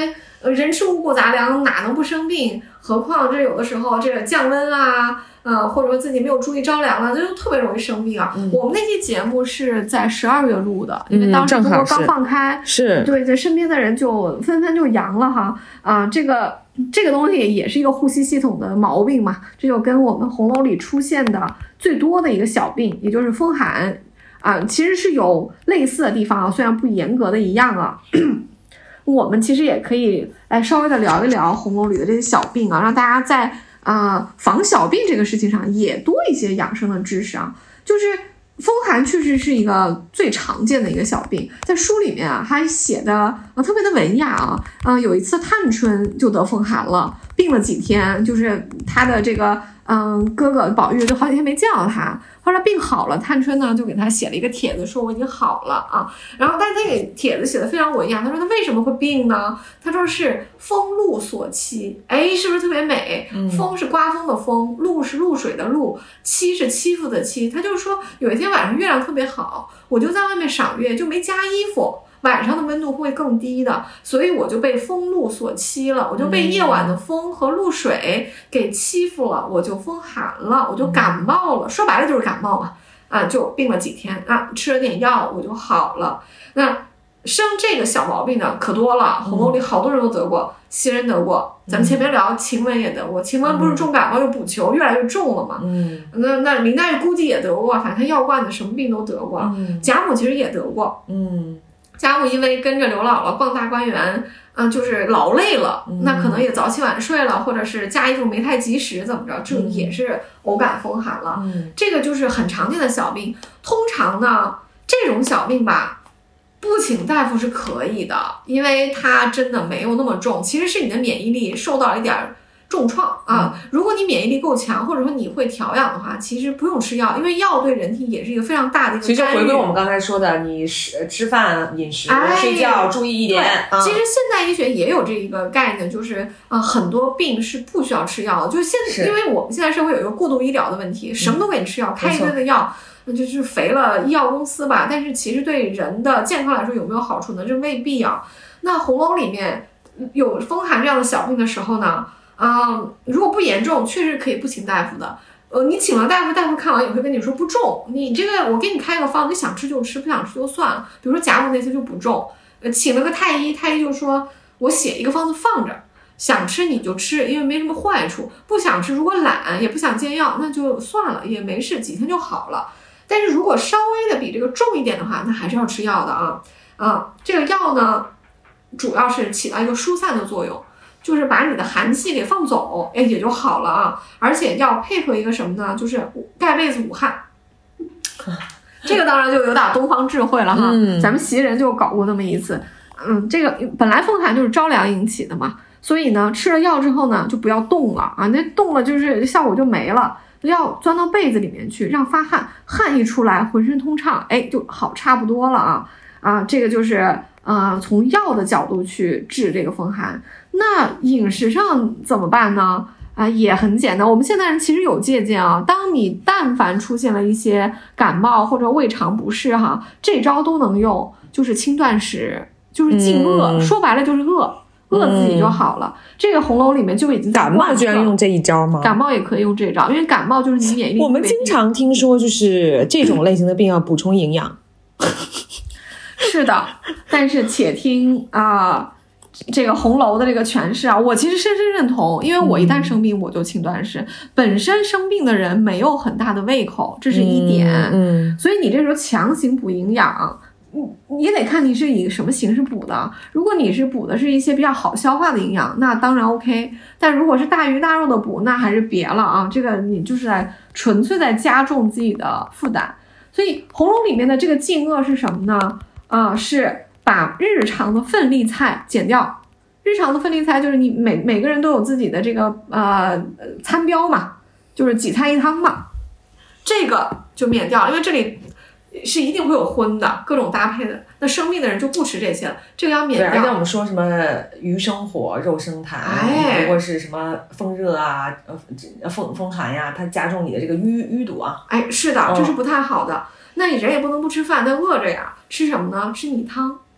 人吃五谷杂粮哪能不生病？何况这有的时候这个降温啊，或者说自己没有注意着凉了，这就特别容易生病啊。我们那期节目是在12月录的，因为当时中国刚放开， 是对，这身边的人就纷纷就阳了哈。这个东西也是一个呼吸系统的毛病嘛，这就跟我们红楼里出现的最多的一个小病，也就是风寒其实是有类似的地方啊，虽然不严格的一样啊。我们其实也可以来稍微的聊一聊红楼里的这些小病啊，让大家在防小病这个事情上也多一些养生的知识啊。就是风寒确实是一个最常见的一个小病，在书里面还写的特别的文雅有一次探春就得风寒了，病了几天，就是他的这个哥哥宝玉就好几天没见到他，后来病好了，探春呢就给他写了一个帖子，说我已经好了然后但是他给帖子写的非常文雅，他说他为什么会病呢？他说是风露所欺，是不是特别美？风是刮风的风，露是露水的露，欺是欺负的欺。他就说有一天晚上月亮特别好，我就在外面赏月，就没加衣服，晚上的温度会更低的，所以我就被风露所欺了，我就被夜晚的风和露水给欺负了，我就风寒了，我就感冒了，说白了就是感冒嘛就病了几天吃了点药我就好了。那生这个小毛病呢可多了，红楼里好多人都得过，袭人得过，咱们前面聊晴雯也得过，晴雯不是重感冒又补球越来越重了嘛那林黛玉估计也得过，反正她药罐子什么病都得过贾母其实也得过贾母因为跟着刘姥姥逛大观园就是劳累了那可能也早起晚睡了，或者是加衣服没太及时怎么着，这也是偶感风寒了这个就是很常见的小病。通常呢这种小病吧不请大夫是可以的，因为它真的没有那么重，其实是你的免疫力受到了一点重创如果你免疫力够强，或者说你会调养的话，其实不用吃药，因为药对人体也是一个非常大的一个干预。 其实回归我们刚才说的，你吃饭、饮食、睡觉注意一点其实现代医学也有这一个概念，就是很多病是不需要吃药的，就是因为我们现在社会有一个过度医疗的问题，什么都给你吃药，开一堆的药就是肥了医药公司吧，但是其实对人的健康来说有没有好处呢？这未必那红楼里面有风寒这样的小病的时候呢如果不严重确实可以不请大夫的你请了大夫，大夫看完也会跟你说不重，你这个我给你开个方，你想吃就吃，不想吃就算了。比如说贾母那次就不重请了个太医，太医就说我写一个方子放着，想吃你就吃，因为没什么坏处，不想吃如果懒也不想煎药那就算了，也没事，几天就好了。但是如果稍微的比这个重一点的话，那还是要吃药的这个药呢主要是起到一个疏散的作用，就是把你的寒气给放走也就好了而且要配合一个什么呢，就是盖被子捂汗这个当然就有点东方智慧了咱们袭人就搞过那么一次这个本来风寒就是着凉引起的嘛，所以呢吃了药之后呢就不要动了那动了就是效果就没了，要钻到被子里面去，让发汗，汗一出来浑身通畅就好差不多了这个就是从药的角度去治这个风寒。那饮食上怎么办呢也很简单，我们现代人其实有借鉴当你但凡出现了一些感冒或者胃肠不适这招都能用，就是轻断食，就是禁饿说白了就是饿自己就好了这个红楼里面就已经感冒居然用这一招吗？ 感冒也可以用这一招，因为感冒就是你免疫力。 我们经常听说就是这种类型的病要补充营养是的，但是且听这个红楼的这个诠释我其实深深认同，因为我一旦生病我就轻断食本身生病的人没有很大的胃口，这是一点所以你这时候强行补营养你也得看你是以什么形式补的，如果你是补的是一些比较好消化的营养那当然 OK， 但如果是大鱼大肉的补那还是别了这个你就是纯粹在加重自己的负担。所以红楼里面的这个禁饿是什么呢是把日常的份例菜减掉。日常的份例菜就是你每个人都有自己的这个餐标嘛，就是几菜一汤嘛，这个就免掉，因为这里是一定会有荤的各种搭配的，那生病的人就不吃这些了，这个要免掉。 对，而且我们说什么鱼生火肉生痰如果是什么风热风寒呀，它加重你的这个淤堵是的，这是不太好的那你人也不能不吃饭，那饿着呀，吃什么呢？吃米汤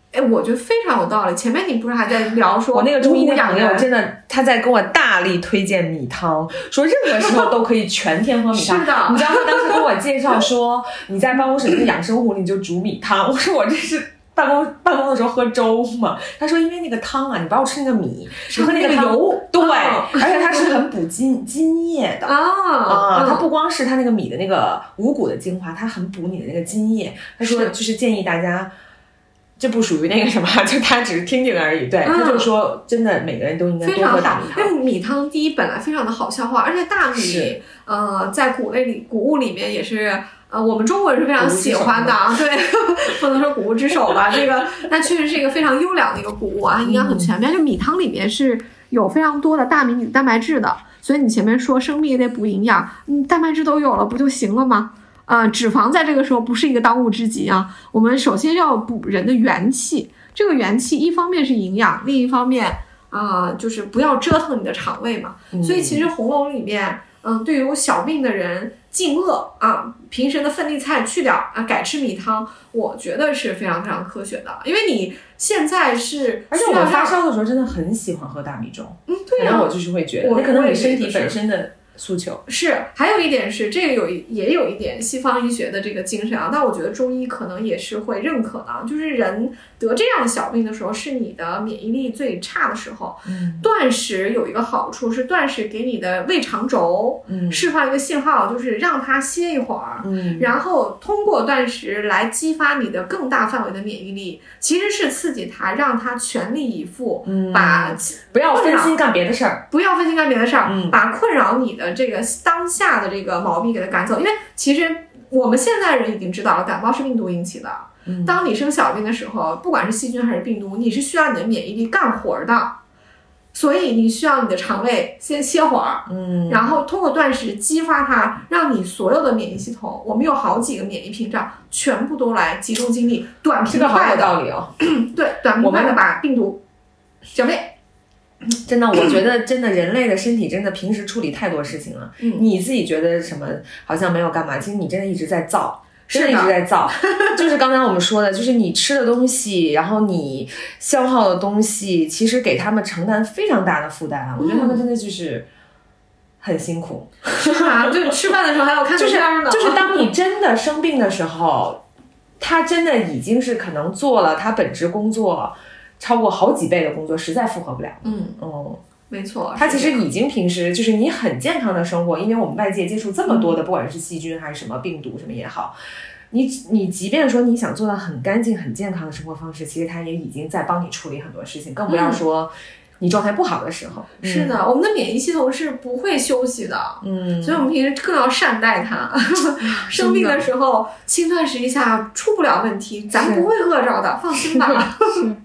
我觉得非常有道理。前面你不是还在聊说， 我那个中医的朋友真的他在跟我大力推荐米汤，说任何时候都可以全天喝米汤。 是的， 你知道他当时跟我介绍说，你在办公室那个养生壶里就煮米汤。我说我这是办公的时候喝粥嘛？他说因为那个汤啊，你不要吃那个米，你喝那个油，对，而且它是很补津液的它不光是它那个米的那个五谷的精华，它很补你的那个津液。他说就是建议大家。这不属于那个什么，就他只是听听而已。对，他就说真的，每个人都应该多喝大米汤。 因为米汤第一本来非常的好消化，而且大米在谷物里面也是我们中国人是非常喜欢的啊。对，不能说谷物之首吧，这个但确实是一个非常优良的一个谷物啊，营养很全面。就米汤里面是有非常多的大米里的蛋白质的，所以你前面说生病也得补营养，蛋白质都有了不就行了吗？脂肪在这个时候不是一个当务之急啊，我们首先要补人的元气。这个元气一方面是营养，另一方面就是不要折腾你的肠胃嘛。所以其实红楼里面对于有小病的人禁恶平时的份粒菜去掉改吃米汤，我觉得是非常非常科学的。因为你现在是， 而且我发烧的时候真的很喜欢喝大米粥。 对然后我就是会觉得那可能你身体本身的诉求是，还有一点是这个也有一点西方医学的这个精神但我觉得中医可能也是会认可的，就是人得这样的小病的时候是你的免疫力最差的时候。断食有一个好处是断食给你的胃肠轴释放一个信号，就是让它歇一会儿然后通过断食来激发你的更大范围的免疫力，其实是刺激它，让它全力以赴不要分心干别的事儿， 把困扰你的这个当下的这个毛病给它赶走。因为其实我们现在人已经知道了，感冒是病毒引起的。当你生小病的时候，不管是细菌还是病毒，你是需要你的免疫力干活的，所以你需要你的肠胃先歇会儿然后通过断食激发它，让你所有的免疫系统，我们有好几个免疫屏障，全部都来集中精力，短平快的， 这个好有道理对，短平快的把病毒消灭。 真的，我觉得真的人类的身体真的平时处理太多事情了。你自己觉得什么好像没有干嘛，其实你真的一直在造，真的一直在造。就是刚才我们说的，就是你吃的东西，然后你消耗的东西，其实给他们承担非常大的负担我觉得他们真的就是很辛苦。 是啊，就吃饭的时候还要看片呢。 就是当你真的生病的时候，他真的已经是可能做了他本职工作超过好几倍的工作，实在负荷不了。 没错， 他其实已经平时就是你很健康的生活，因为我们外界接触这么多的不管是细菌还是什么病毒什么也好，你即便说你想做到很干净很健康的生活方式，其实他也已经在帮你处理很多事情，更不要说你状态不好的时候。 是的，我们的免疫系统是不会休息的。所以我们平时更要善待它。生病的时候轻断食一下出不了问题，咱不会饿着的，放心吧。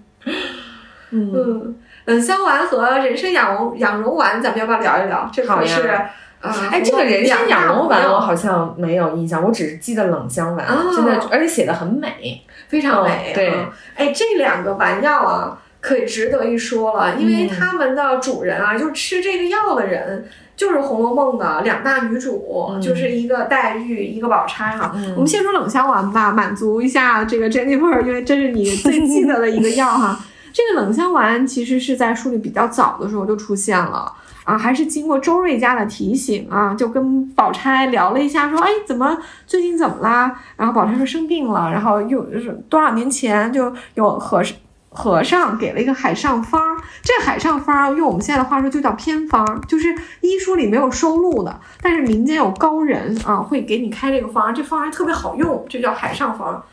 冷香丸和人参养荣丸咱们要不要聊一聊？这可是这个人参养荣丸我好像没有印象，我只是记得冷香丸真的，而且写得很美， 非常美。 对， 这两个丸药可以值得一说了，因为他们的主人就是吃这个药的人就是《红楼梦》的两大女主，就是一个黛玉，一个宝钗我们先说冷香丸吧，满足一下这个 Jennifer， 因为这是你最记得的一个药这个冷香丸其实是在书里比较早的时候就出现了还是经过周瑞家的提醒就跟宝钗聊了一下，说最近怎么啦？然后宝钗说生病了，然后又多少年前就有和尚给了一个海上方，这海上方用我们现在的话说就叫偏方，就是医书里没有收录的，但是民间有高人会给你开这个方，这方还特别好用，这叫海上方。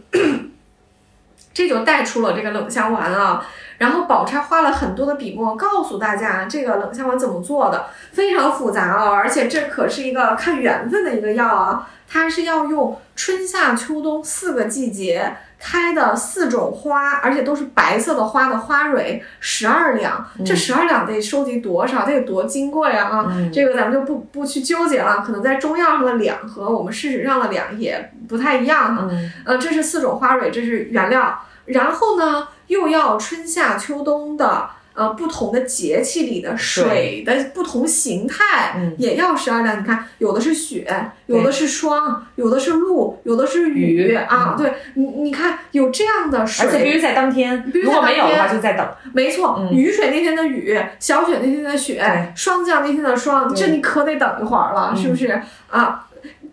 这就带出了这个冷香丸然后宝钗花了很多的笔墨告诉大家这个冷香丸怎么做的，非常复杂而且这可是一个看缘分的一个药它是要用春夏秋冬4个季节开的4种花，而且都是白色的花的花蕊12两，这12两得收集多少，得多金贵这个咱们就不去纠结了，可能在中药上的两和我们事实上的两也不太一样这是4种花蕊，这是原料，然后呢又要春夏秋冬的不同的节气里的水的不同形态也要12两。你看，有的是雪，有的是霜，有的是露，有的是雨啊。对，你看有这样的水， 而且必须在当天，如果没有的话就在等。 没错，雨水那天的雨，小雪那天的雪，霜降那天的霜，这你可得等一会儿了，是不是啊？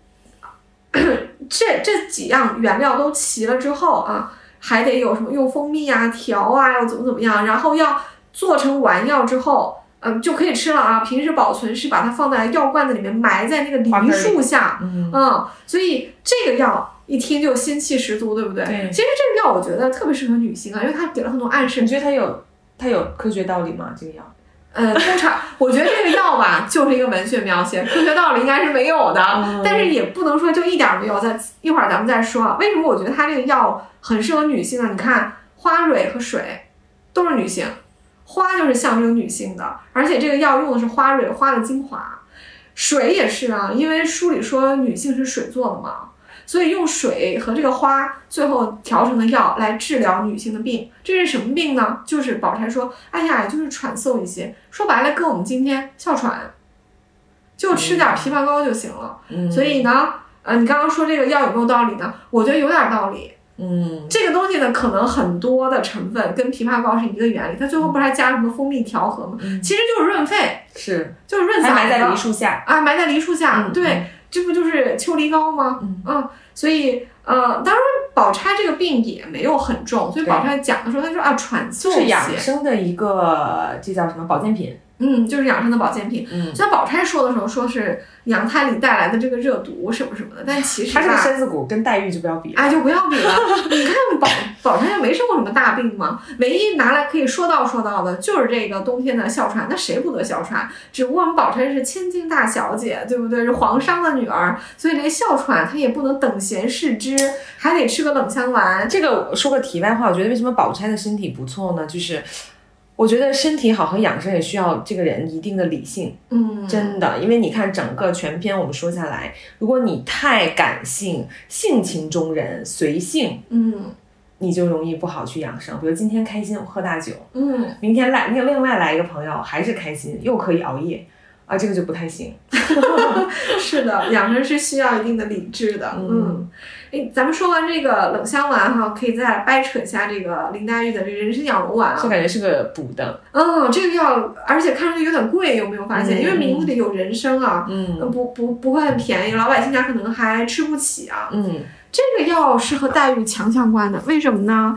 这几样原料都齐了之后啊，还得有什么用蜂蜜啊调啊，要怎么样，然后要做成丸药之后，就可以吃了啊。平时保存是把它放在药罐子里面，埋在那个梨树下，所以这个药一听就仙气十足，对不对？ 对。 其实这个药我觉得特别适合女性啊，因为它给了很多暗示。 你觉得它有科学道理吗？这个药？ 通常我觉得这个药吧，就是一个文学描写，科学道理应该是没有的，但是也不能说就一点没有。一会儿咱们再说，为什么我觉得它这个药很适合女性呢？你看，花蕊和水都是女性，花就是象征女性的，而且这个药用的是花蕊花的精华，水也是啊，因为书里说女性是水做的嘛。所以用水和这个花最后调成的药来治疗女性的病，这是什么病呢？就是宝钗说，哎呀，就是喘嗽一些，说白了跟我们今天哮喘，就吃点枇杷膏就行了。所以呢，你刚刚说这个药有没有道理呢？我觉得有点道理。这个东西呢，可能很多的成分跟枇杷膏是一个原理，它最后不是还加什么蜂蜜调和吗？其实就是润肺，就是润嗓子， 还埋在梨树下啊，埋在梨树下，对。这不就是秋梨膏吗？所以当然宝钗这个病也没有很重，所以宝钗讲的时候，她说啊，喘嗽就是养生的一个，这叫什么保健品？ 就是养生的保健品。虽然宝钗说的时候说是娘胎里带来的这个热毒什么什么的，但其实她这个身子骨跟黛玉就不要比了， 就不要比了。你看宝钗又没生过什么大病嘛，唯一拿来可以说到的就是这个冬天的哮喘。那谁不得哮喘？只不过我们宝钗是千金大小姐，对不对？是皇商的女儿，所以这哮喘她也不能等闲视之，还得吃个冷香丸。 这个说个题外话，我觉得为什么宝钗的身体不错呢？就是我觉得身体好和养生也需要这个人一定的理性，真的，因为你看整个全篇我们说下来，如果你太感性、性情中人、随性，你就容易不好去养生。比如今天开心我喝大酒，明天另外来一个朋友还是开心，又可以熬夜啊，这个就不太行。 是的，养生是需要一定的理智的。咱们说完这个冷香丸哈，可以再来掰扯一下这个林黛玉的这个人参养荣丸啊。 这感觉是个补的。 这个药，而且看上去有点贵，有没有发现？因为名字里有人参啊，不会很便宜，老百姓家可能还吃不起啊。这个药是和黛玉强相关的，为什么呢？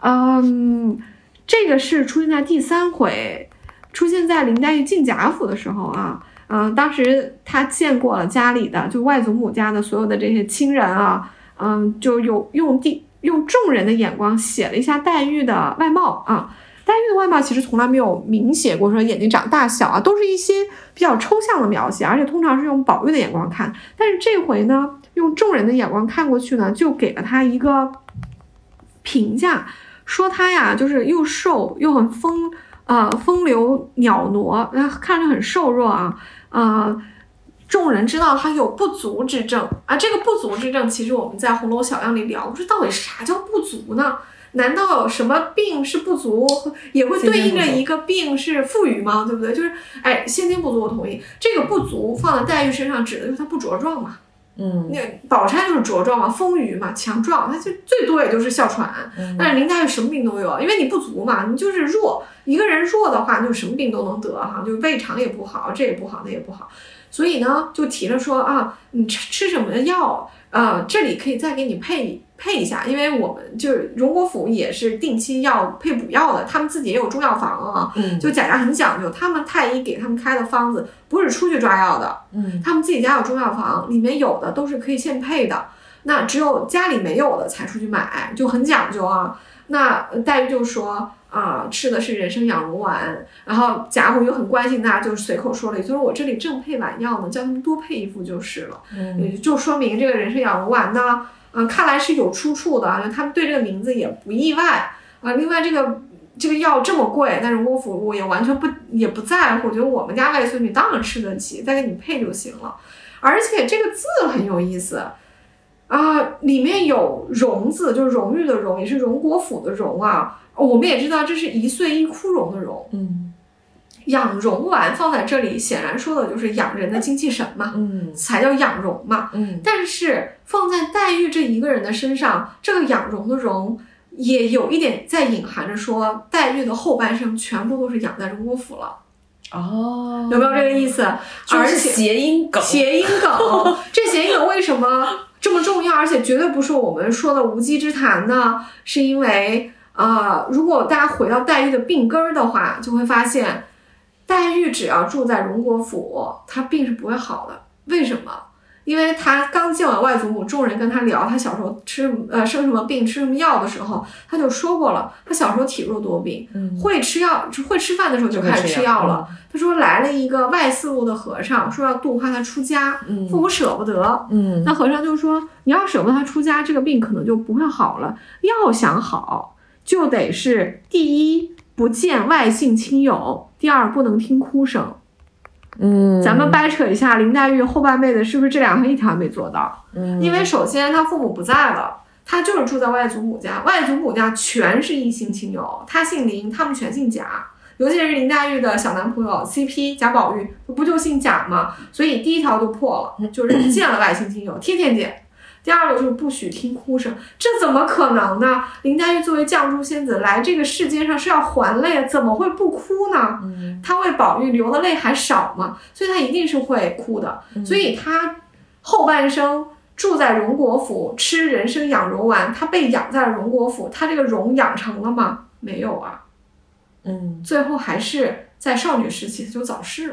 这个是出现在第3回，出现在林黛玉进贾府的时候啊。当时她见过了家里的，就外祖母家的所有的这些亲人啊。就用众人的眼光写了一下黛玉的外貌啊。黛玉的外貌其实从来没有明写过说眼睛长大小啊，都是一些比较抽象的描写，而且通常是用宝玉的眼光看。但是这回呢，用众人的眼光看过去呢，就给了她一个评价，说她呀就是又瘦又很风流袅娜，看着很瘦弱啊。众人知道他有不足之症啊，这个不足之症，其实我们在《红楼小样》里聊，说到底啥叫不足呢？难道有什么病是不足，也会对应着一个病是富裕吗？对不对？就是先天不足，我同意。这个不足放在黛玉身上，指的就是她不茁壮嘛。那宝钗就是茁壮嘛，丰腴嘛，强壮，她就最多也就是哮喘。但是林黛玉什么病都有，因为你不足嘛，你就是弱。一个人弱的话，就什么病都能得哈，就胃肠也不好，这也不好，那也不好。所以呢，就提了说啊，你吃什么药？这里可以再给你配一下，因为我们就是荣国府也是定期要配补药的，他们自己也有中药房啊。就贾家很讲究，他们太医给他们开的方子不是出去抓药的，他们自己家有中药房，里面有的都是可以现配的，那只有家里没有的才出去买，就很讲究啊。那黛玉就说吃的是人参养荣丸，然后贾母又很关心他，就随口说了一句，说我这里正配丸药呢，叫他们多配一副就是了。就说明这个人参养荣丸呢，看来是有出处的，他们对这个名字也不意外啊。另外这个药这么贵，但是荣国府我也完全也不在乎，我觉得我们家外孙女当然吃得起，再给你配就行了。而且这个字很有意思， 里面有荣字，就是荣誉的荣，也是荣国府的荣啊。我们也知道这是一岁一枯荣的荣。养荣丸放在这里，显然说的就是养人的精气神嘛，才叫养荣嘛。但是放在黛玉这一个人的身上，这个养荣的荣也有一点在隐含着说，黛玉的后半生全部都是养在荣国府了。有没有这个意思？ 而且谐音梗， 这谐音梗为什么这么重要？而且绝对不是我们说的无稽之谈呢？是因为如果大家回到黛玉的病根的话，就会发现黛玉只要住在荣国府，她病是不会好的。为什么？因为她刚见完外祖母，众人跟她聊她小时候生什么病吃什么药的时候，她就说过了，她小时候体弱多病，会吃药，会吃饭的时候就开始吃药了。她说来了一个外四路的和尚，说要度化她出家，父母舍不得，那和尚就说你要舍不得她出家，这个病可能就不会好了。要想好，就得是第一不见外姓亲友，第二不能听哭声。咱们掰扯一下林黛玉后半辈子是不是这两项一条没做到？因为首先她父母不在了，她就是住在外祖母家，外祖母家全是异姓亲友，她姓林，他们全姓贾，尤其是林黛玉的小男朋友 CP 贾宝玉不就姓贾吗？所以第一条就破了，就是见了外姓亲友天天见。第二个就是不许听哭声，这怎么可能呢？林黛玉作为绛珠仙子来这个世界上是要还泪，怎么会不哭呢？她为宝玉流的泪还少吗？所以她一定是会哭的。所以她后半生住在荣国府，吃人参养荣丸，她被养在了荣国府，她这个荣养成了吗？没有啊。最后还是在少女时期就早逝了。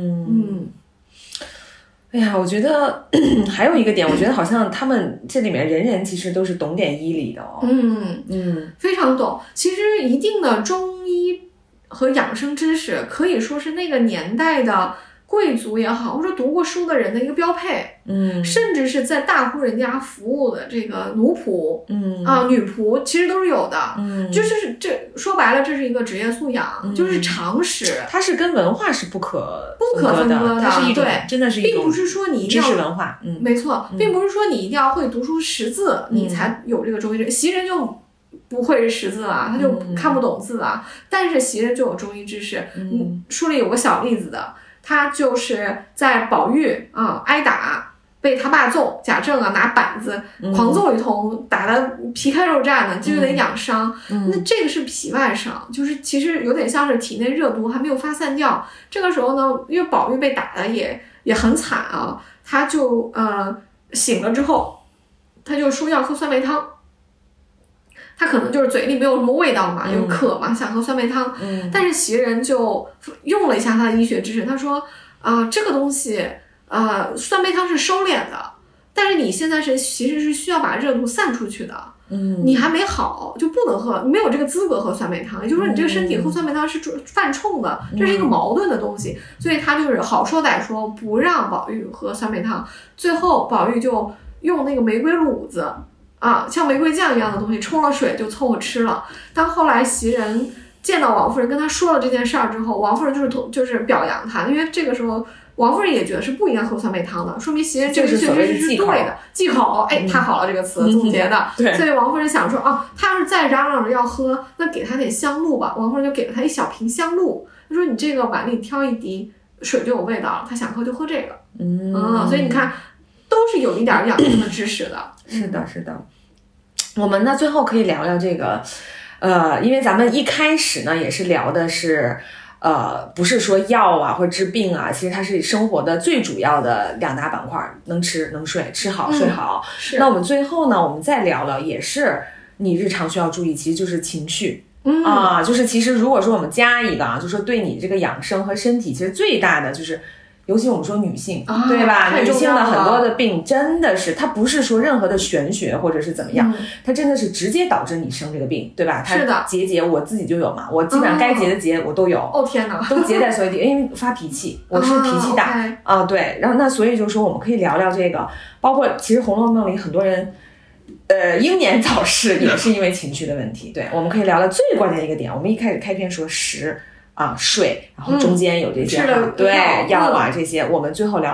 哎呀，我觉得还有一个点，我觉得好像他们这里面人人其实都是懂点医理的哦。 非常懂。其实一定的中医和养生知识可以说是那个年代的贵族也好，或者读过书的人的一个标配。甚至是在大户人家服务的这个奴仆，女仆其实都是有的。就是这说白了，这是一个职业素养，就是常识。 它是跟文化是不可分割的， 它是一种对， 真的是一种并不是说你一定要知识文化。 没错，并不是说你一定要会读书识字，你才有这个中医。袭人就不会识字啊，他就看不懂字啊，但是袭人就有中医知识。书里有个小例子的，他就是在宝玉挨打。被他爸揍，贾政拿板子狂揍一通，打得皮开肉绽的，就得养伤。那这个是皮外伤，就是其实有点像是体内热毒还没有发散掉。这个时候呢，因为宝玉被打的也很惨啊，他就醒了之后，他就说要喝酸梅汤。他可能就是嘴里没有什么味道嘛，有渴嘛，想喝酸梅汤。但是袭人就用了一下他的医学知识，他说这个东西。酸梅汤是收敛的，但是你现在其实是需要把热度散出去的。你还没好就不能喝，你没有这个资格喝酸梅汤，也就是说你这个身体喝酸梅汤是犯冲的，这是一个矛盾的东西。所以他就是好说歹说不让宝玉喝酸梅汤，最后宝玉就用那个玫瑰卤子像玫瑰酱一样的东西冲了水就凑合吃了。当后来袭人见到王夫人跟他说了这件事儿之后，王夫人就是表扬他，因为这个时候王夫人也觉得是不应该喝酸梅汤的，说明袭人这个确实是对的，忌口。太好了，这个词总结的。所以王夫人想说他要是再嚷嚷着要喝，那给他点香露吧。王夫人就给了他一小瓶香露，他说你这个碗里挑一滴水就有味道了，他想喝就喝这个。所以你看都是有一点养生的知识的。 是的，是的。我们呢最后可以聊聊这个因为咱们一开始呢也是聊的是不是说药啊或者治病啊，其实它是生活的最主要的两大板块，能吃能睡，吃好睡好。那我们最后呢我们再聊聊，也是你日常需要注意，其实就是情绪。就是其实如果说我们加一个就是说对你这个养生和身体其实最大的就是尤其我们说女性，对吧？女性的很多的病真的是，它不是说任何的玄学或者是怎么样，它真的是直接导致你生这个病，对吧？ 是的， 结我自己就有嘛，我基本上该结的结我都有。 天哪， 都结在所有地，因为发脾气，我是脾气大对。然后那所以就是说，我们可以聊聊这个，包括其实《红楼梦》里很多人。英年早逝也是因为情绪的问题。对，我们可以聊聊最关键一个点。我们一开始开篇说食睡，然后中间有这些对药这些，我们最后聊了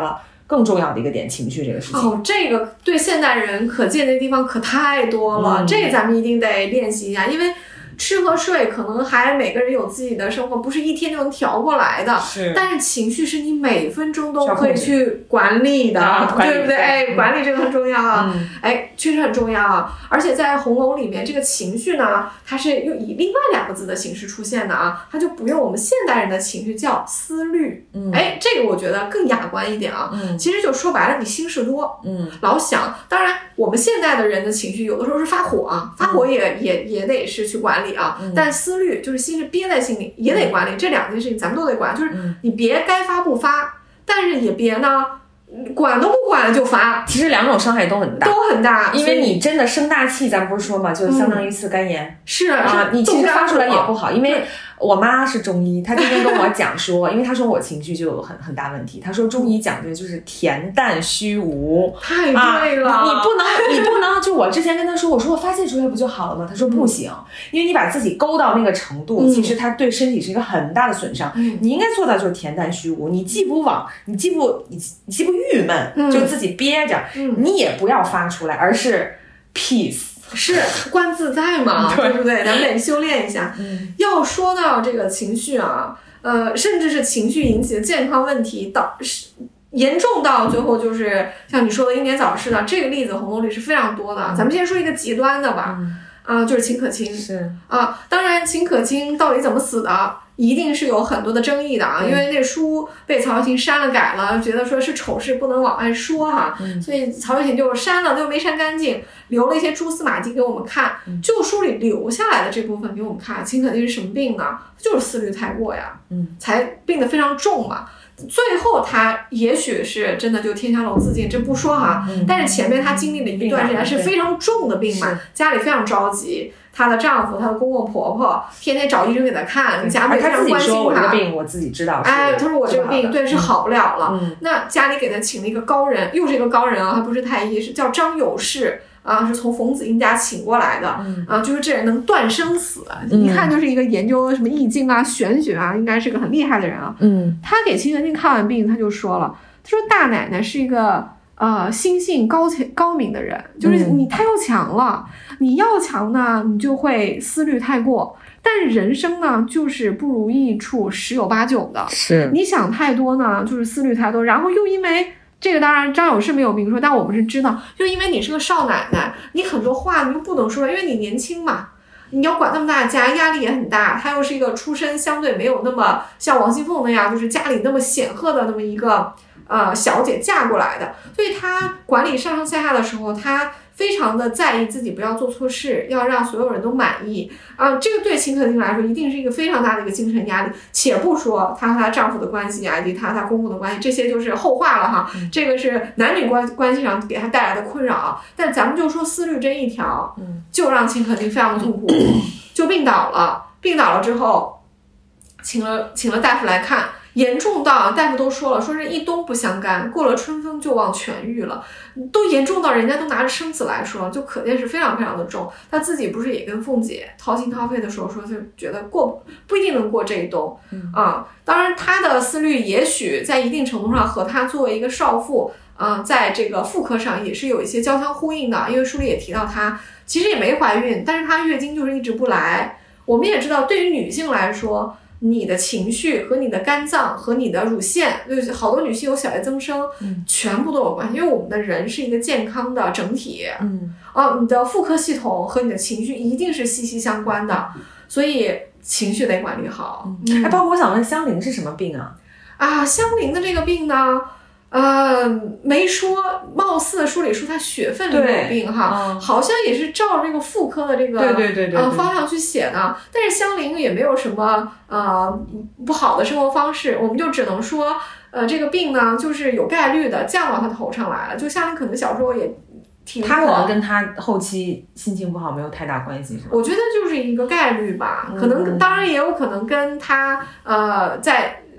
更重要的一个点，情绪这个事情。 这个对现代人可见的地方可太多了，这咱们一定得练习一下，因为吃和睡可能还每个人有自己的生活，不是一天就能调过来的。但是情绪是你每分钟都可以去管理的，对不对？管理这个很重要啊。确实很重要啊。而且在红楼里面，这个情绪呢，它是又以另外2个字的形式出现的啊，它就不用我们现代人的情绪叫思虑。这个我觉得更雅观一点啊。其实就说白了，你心事多，老想。当然，我们现代的人的情绪有的时候是发火啊，发火也得是去管理啊，但思虑就是心是憋在心里，也得管理。这2件事情咱们都得管，就是你别该发不发，但是也别呢管都不管就发。 其实2种伤害都很大， 都很大， 因为你真的生大气，咱不是说嘛，就相当于次肝炎。 是啊，你其实发出来也不好，因为我妈是中医，她今天跟我讲说，因为她说我情绪就有很大问题，她说中医讲究就是恬淡虚无。 太对了， 你不能就我之前跟她说，我说我发泄出来不就好了吗？她说不行，因为你把自己勾到那个程度，其实它对身体是一个很大的损伤。你应该做到就是恬淡虚无，你既不郁闷，就自己憋着，你也不要发出来，而是 peace。 是观自在嘛，对不对？咱们得修炼一下。要说到这个情绪啊，甚至是情绪引起的健康问题，严重到最后就是像你说的英年早逝的这个例子，红楼里是非常多的。咱们先说一个极端的吧，就是秦可卿。 是啊，当然秦可卿到底怎么死的？一定是有很多的争议的啊，因为那书被曹雪芹删了改了，觉得说是丑事不能往外说哈，所以曹雪芹就删了，就没删干净，留了一些蛛丝马迹给我们看。旧书里留下来的这部分给我们看，秦可卿是什么病呢？就是思虑太过呀，才病得非常重嘛。最后他也许是真的就天香楼自尽，这不说哈，但是前面他经历了一段时间是非常重的病嘛，家里非常着急。她的丈夫、她的公公婆婆天天找医生给她看，家里非常关心她。 我这个病我自己知道。 她说我这个病对是好不了了。那家里给她请了一个高人，又是一个高人啊，他不是太医，是叫张有士啊，是从冯子英家请过来的啊，就是这人能断生死，一看就是一个研究什么易经啊、玄学啊，应该是个很厉害的人啊。他给秦可卿看完病，他就说了，他说大奶奶是一个心性高明的人，就是你太要强了，你要强呢，你就会思虑太过，但是人生呢，就是不如意处十有八九的， 是你想太多呢，就是思虑太多，然后又因为这个，当然张有士没有明说，但我们是知道，就因为你是个少奶奶，你很多话你又不能说，因为你年轻嘛，你要管那么大的家，压力也很大。她又是一个出身相对没有那么像王熙凤那样，就是家里那么显赫的那么一个小姐嫁过来的，所以她管理上上下下的时候，她非常的在意自己不要做错事，要让所有人都满意这个对秦可卿来说一定是一个非常大的一个精神压力。且不说她和她丈夫的关系以及她公公的关系，这些就是后话了哈。这个是男女关系上给她带来的困扰。但咱们就说思虑这一条，就让秦可卿非常的痛苦，就病倒了。病倒了之后，请了大夫来看。严重到大夫都说是一冬不相干，过了春风就忘痊愈了，都严重到人家都拿着生死来说，就可见是非常非常的重。他自己不是也跟凤姐掏心掏肺的说就觉得不一定能过这一冬当然他的思虑也许在一定程度上和他作为一个少妇在这个妇科上也是有一些交相呼应的，因为书里也提到她其实也没怀孕，但是她月经就是一直不来。我们也知道对于女性来说，你的情绪和你的肝脏和你的乳腺，就是好多女性有小叶增生全部都有关系，因为我们的人是一个健康的整体你的妇科系统和你的情绪一定是息息相关的，所以情绪得管理好包括我想问香菱是什么病香菱的这个病呢没说，貌似书里说他血分里有病好像也是照这个妇科的这个对方向去写的。但是香菱也没有什么不好的生活方式，我们就只能说这个病呢就是有概率的降到他头上来了。就香菱可能小时候也挺过， 他可能跟他后期心情不好没有太大关系，是吧？ 我觉得就是一个概率吧，可能当然也有可能跟他在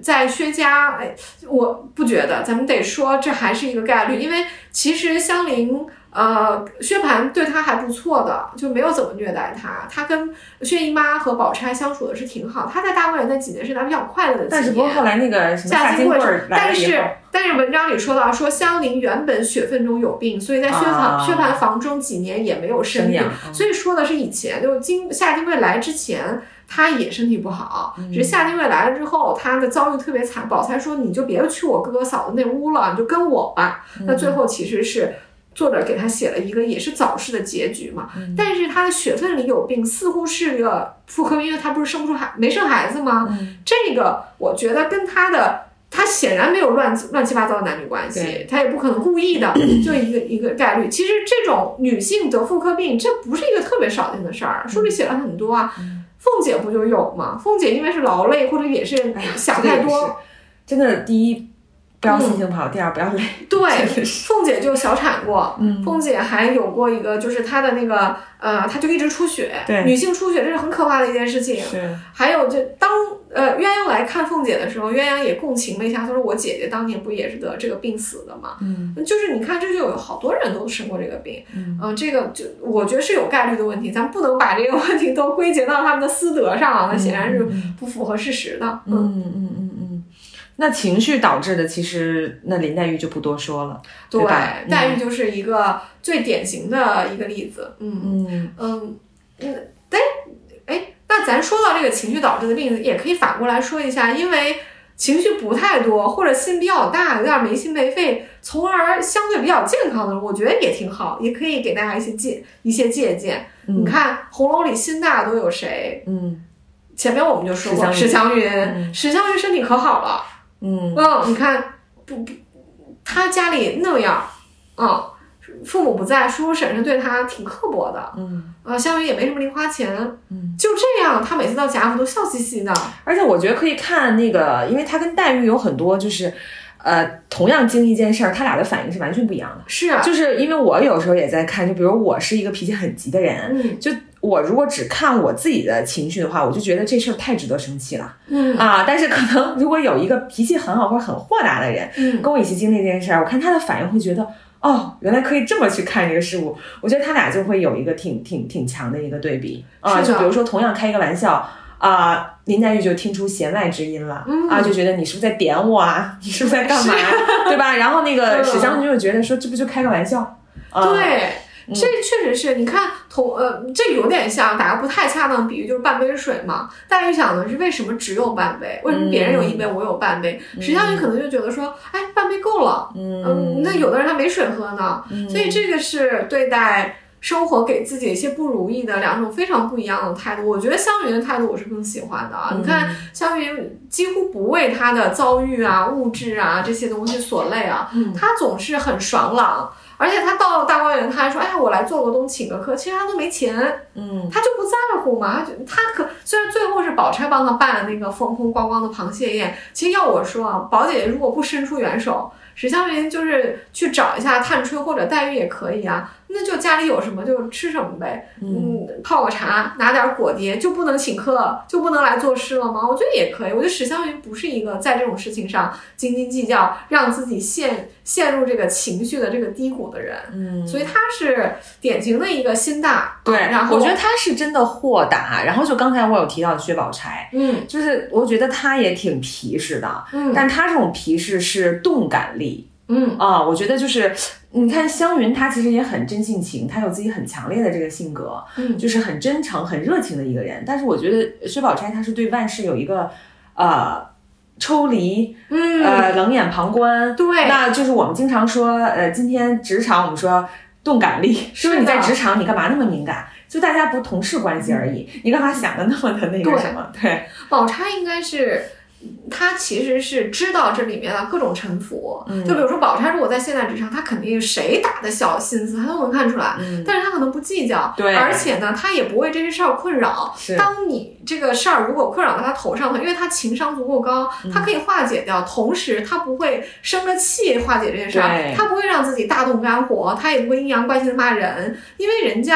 在薛家，我不觉得，咱们得说这还是一个概率，因为其实香菱。薛蟠对他还不错的，就没有怎么虐待他。他跟薛姨妈和宝钗相处的是挺好。他在大观园那几年是他比较快乐的几年。 但是不过后来那个什么夏金桂来了以后， 但是文章里说到说香菱原本血分中有病，所以在薛蟠房中几年也没有生病。所以说的是以前，就夏金桂来之前。他也身体不好，只是夏金桂来了之后，他的遭遇特别惨。宝钗说：“你就别去我哥哥嫂子那屋了，你就跟我吧。”那最后其实是作者给他写了一个也是早逝的结局嘛。但是他的血分里有病，似乎是个妇科病，因为他不是没生孩子吗？这个我觉得跟他显然没有乱七八糟的男女关系，他也不可能故意的，就一个概率。其实这种女性得妇科病，这不是一个特别少见的事儿，书里写了很多啊。凤姐不就有吗？凤姐因为是劳累或者也是想太多， 真的第一不要心情不好，第二不要累。 对，凤姐就小产过，凤姐还有过一个就是她的那个她就一直出血，女性出血这是很可怕的一件事情。还有就当鸳鸯来看凤姐的时候，鸳鸯也共情了一下，她说我姐姐当年不也是得这个病死的吗？就是你看这就有好多人都生过这个病，这个就我觉得是有概率的问题，咱不能把这个问题都归结到他们的私德上啊，那显然是不符合事实的。 那情绪导致的，其实那林黛玉就不多说了，对吧？ 黛玉就是一个最典型的一个例子。那咱说到这个情绪导致的例子，也可以反过来说一下，因为情绪不太多，或者心比较大，有点没心没肺，从而相对比较健康的人，我觉得也挺好，也可以给大家一些借鉴。你看红楼里心大都有谁？前面我们就说过史湘云，史湘云身体可好了。你看他家里那样，父母不在，叔叔婶婶对他挺刻薄的，湘云也没什么零花钱，就这样，他每次到贾府都笑嘻嘻的。 而且我觉得可以看那个，因为他跟黛玉有很多就是同样经历一件事儿，他俩的反应是完全不一样的。 是啊， 就是因为我有时候也在看，就比如我是一个脾气很急的人，就我如果只看我自己的情绪的话，我就觉得这事儿太值得生气了，但是可能如果有一个脾气很好或者很豁达的人，跟我一起经历这件事儿，我看他的反应会觉得，原来可以这么去看这个事物。我觉得他俩就会有一个挺强的一个对比就比如说同样开一个玩笑。林黛玉就听出弦外之音了，就觉得你是不是在点我啊？你是不是在干嘛呀？对吧？然后那个史湘云就觉得说，这不就开个玩笑？ 对。这确实是，你看这有点像打个不太恰当的比喻，就是半杯水嘛。黛玉想的是为什么只有半杯？为什么别人有一杯，我有半杯？史湘云可能就觉得说，半杯够了，那有的人他没水喝呢，所以这个是对待生活给自己一些不如意的两种非常不一样的态度。我觉得湘云的态度我是更喜欢的你看湘云几乎不为她的遭遇啊、物质啊这些东西所累她总是很爽朗。而且他到了大观园，他还说：“我来做个东，请个客。”其实他都没钱，他就不在乎嘛。他虽然最后是宝钗帮他办了那个风风光光的螃蟹宴，其实要我说宝姐姐如果不伸出援手，史湘云就是去找一下探春或者黛玉也可以那就家里有什么就吃什么呗，泡个茶，拿点果碟，就不能请客，就不能来作诗了吗？我觉得也可以。我觉得史湘云不是一个在这种事情上斤斤计较，让自己陷入这个情绪的这个低谷的人，所以他是典型的一个心大。 对， 然后我觉得他是真的豁达。然后就刚才我有提到的薛宝钗，就是我觉得他也挺皮实的，但他这种皮实是动感力。我觉得就是你看湘云她其实也很真性情，她有自己很强烈的这个性格，就是很真诚很热情的一个人。但是我觉得薛宝钗她是对万事有一个抽离，冷眼旁观。 对， 那就是我们经常说今天职场我们说动感力，是不是？你在职场你干嘛那么敏感？就大家不是同事关系而已，你干嘛想的那么的那个什么？对， 宝钗应该是他其实是知道这里面的各种城府，就比如说宝钗如果在现代职场，他肯定谁打的小心思他都能看出来，但是他可能不计较， 对， 而且呢他也不为这些事儿困扰。当你这个事儿如果困扰到他头上，因为他情商足够高，他可以化解掉，同时他不会生着气化解这件事儿，他不会让自己大动肝火，他也不会阴阳怪气的骂人，因为人家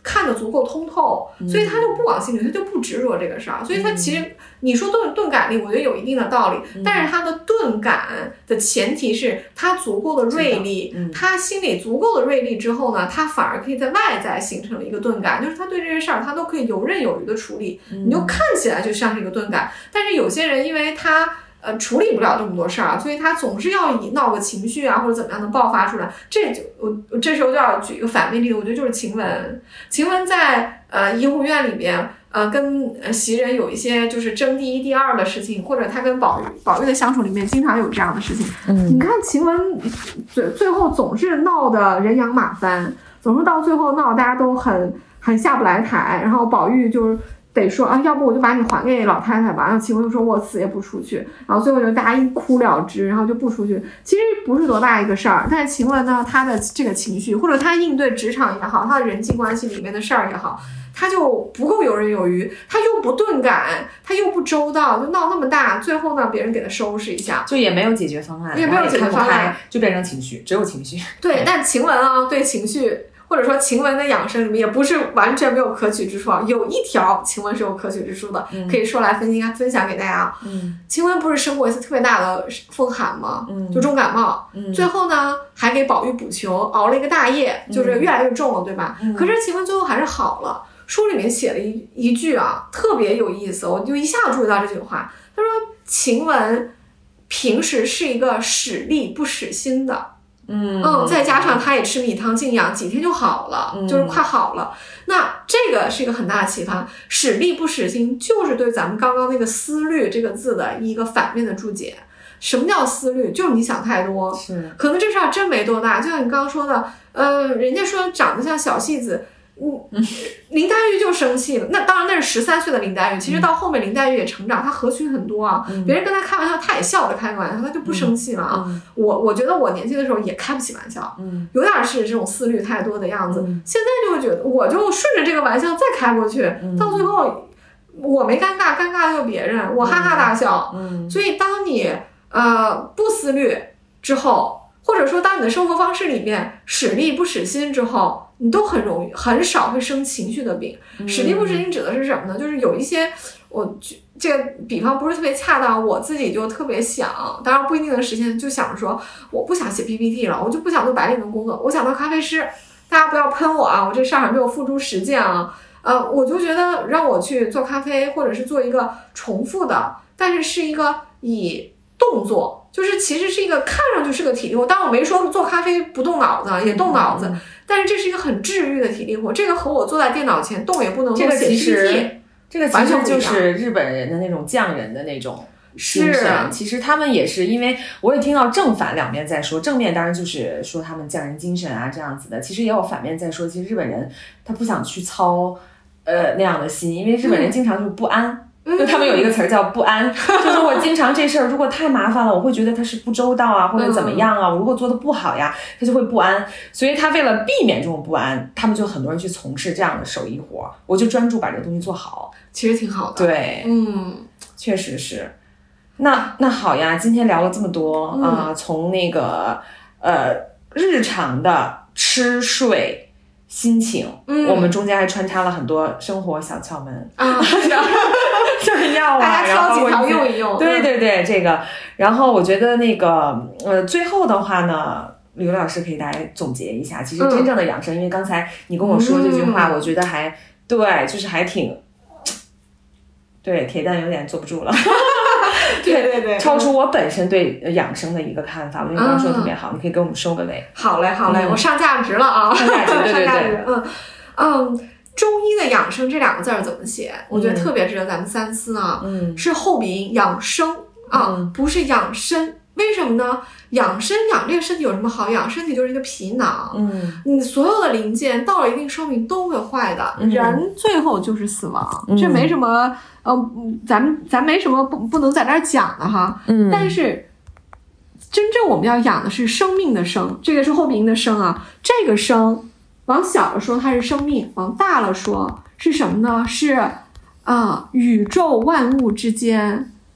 看得足够通透，所以他就不往心里，他就不执着这个事儿。所以他其实你说钝感力，我觉得有一定的道理，但是他的钝感的前提是他足够的锐利，他心里足够的锐利之后呢，他反而可以在外在形成了一个钝感，就是他对这些事儿他都可以游刃有余的处理，你就看起来就像是一个钝感。但是有些人因为他处理不了这么多事儿，所以他总是要以闹个情绪啊或者怎么样的爆发出来。我这时候就要举一个反面例子，我觉得就是晴雯在怡红院里边跟袭人有一些就是争第一第二的事情，或者他跟宝玉的相处里面经常有这样的事情。你看晴雯最后总是闹得人仰马翻，总是到最后闹大家都很下不来台，然后宝玉就是得说啊，要不我就把你还给老太太吧。然后晴雯就说我死也不出去，然后最后就大家一哭了之，然后就不出去。其实不是多大一个事儿，但是晴雯呢，她的这个情绪或者她应对职场也好，她的人际关系里面的事儿也好，她就不够游刃有余，她又不钝感，她又不周到，就闹那么大，最后呢别人给她收拾一下， 就也没有解决方案， 也没有解决方案， 就变成情绪，只有情绪。 对，但晴雯啊，对情绪。或者说晴雯的养生里面也不是完全没有可取之处啊，有一条晴雯是有可取之处的，可以说来分享给大家。晴雯不是生过一次特别大的风寒吗？就重感冒，最后呢还给宝玉补球，熬了一个大夜，就是越来越重了，对吧？可是晴雯最后还是好了。书里面写了一句啊，特别有意思，我就一下注意到这句话。他说晴雯平时是一个使力不使心的。再加上他也吃米汤静养，几天就好了，就是快好了。那这个是一个很大的启发，使力不使心，就是对咱们刚刚那个思虑这个字的一个反面的注解。什么叫思虑？就是你想太多，可能这事儿真没多大。就像你刚刚说的，人家说长得像小戏子。林黛玉就生气了，那当然那是13岁的林黛玉，其实到后面林黛玉也成长，她合群很多啊，别人跟她开玩笑她也笑着开个玩笑，她就不生气了啊。我觉得我年轻的时候也开不起玩笑，有点是这种思虑太多的样子，现在就会觉得我就顺着这个玩笑再开过去，到最后我没尴尬，尴尬的就别人，我哈哈大笑。所以当你不思虑之后，或者说当你的生活方式里面使力不使心之后，你都很少会生情绪的病。使力不使心指的是什么呢？就是有一些这个比方不是特别恰当，我自己就特别想，当然不一定能实现，就想说我不想写 PPT 了，我就不想做白领的工作，我想当咖啡师。大家不要喷我啊，我这事儿还没有付诸实践啊。我就觉得让我去做咖啡，或者是做一个重复的，但是是一个以动作，就是其实是一个看上去是个体力活，当然我没说做咖啡不动脑子，也动脑子，但是这是一个很治愈的体力活，这个和我坐在电脑前动也不能动写 PPT， 这个其实就是日本人的那种匠人的那种精神。其实他们也是，因为我也听到正反两面在说，正面当然就是说他们匠人精神啊这样子的，其实也有反面在说，其实日本人他不想去操那样的心，因为日本人经常就是不安。就他们有一个词儿叫不安，就是我经常这事儿如果太麻烦了，我会觉得他是不周到啊，或者怎么样啊，我如果做的不好呀，他就会不安。所以他为了避免这种不安，他们就很多人去从事这样的手艺活，我就专注把这个东西做好， 其实挺好的。 对，确实是。那好呀，今天聊了这么多从那个日常的吃睡心情，我们中间还穿插了很多生活小窍门这药啊， 大家挑几条用一用。 对对对，这个。然后我觉得那个最后的话呢，刘老师可以大家总结一下，其实真正的养生，因为刚才你跟我说这句话，我觉得还对，就是还挺对，铁蛋有点坐不住了。 对对对， 超出我本身对养生的一个看法，我觉得你刚刚说的特别好，你可以给我们收个尾。 好嘞，好嘞，我上价值了啊！ 上价值，对对对，中医的养生这两个字怎么写？我觉得特别值得咱们三思啊。是后鼻音养生啊，不是养生。为什么呢？养生养这个身体有什么好养？身体就是一个皮囊，你所有的零件到了一定寿命都会坏的，人最后就是死亡，这没什么咱没什么不能在这儿讲的哈。但是真正我们要养的是生命的生，这个是后鼻音的生啊。这个生往小了说它是生命，往大了说是什么呢？是宇宙万物之间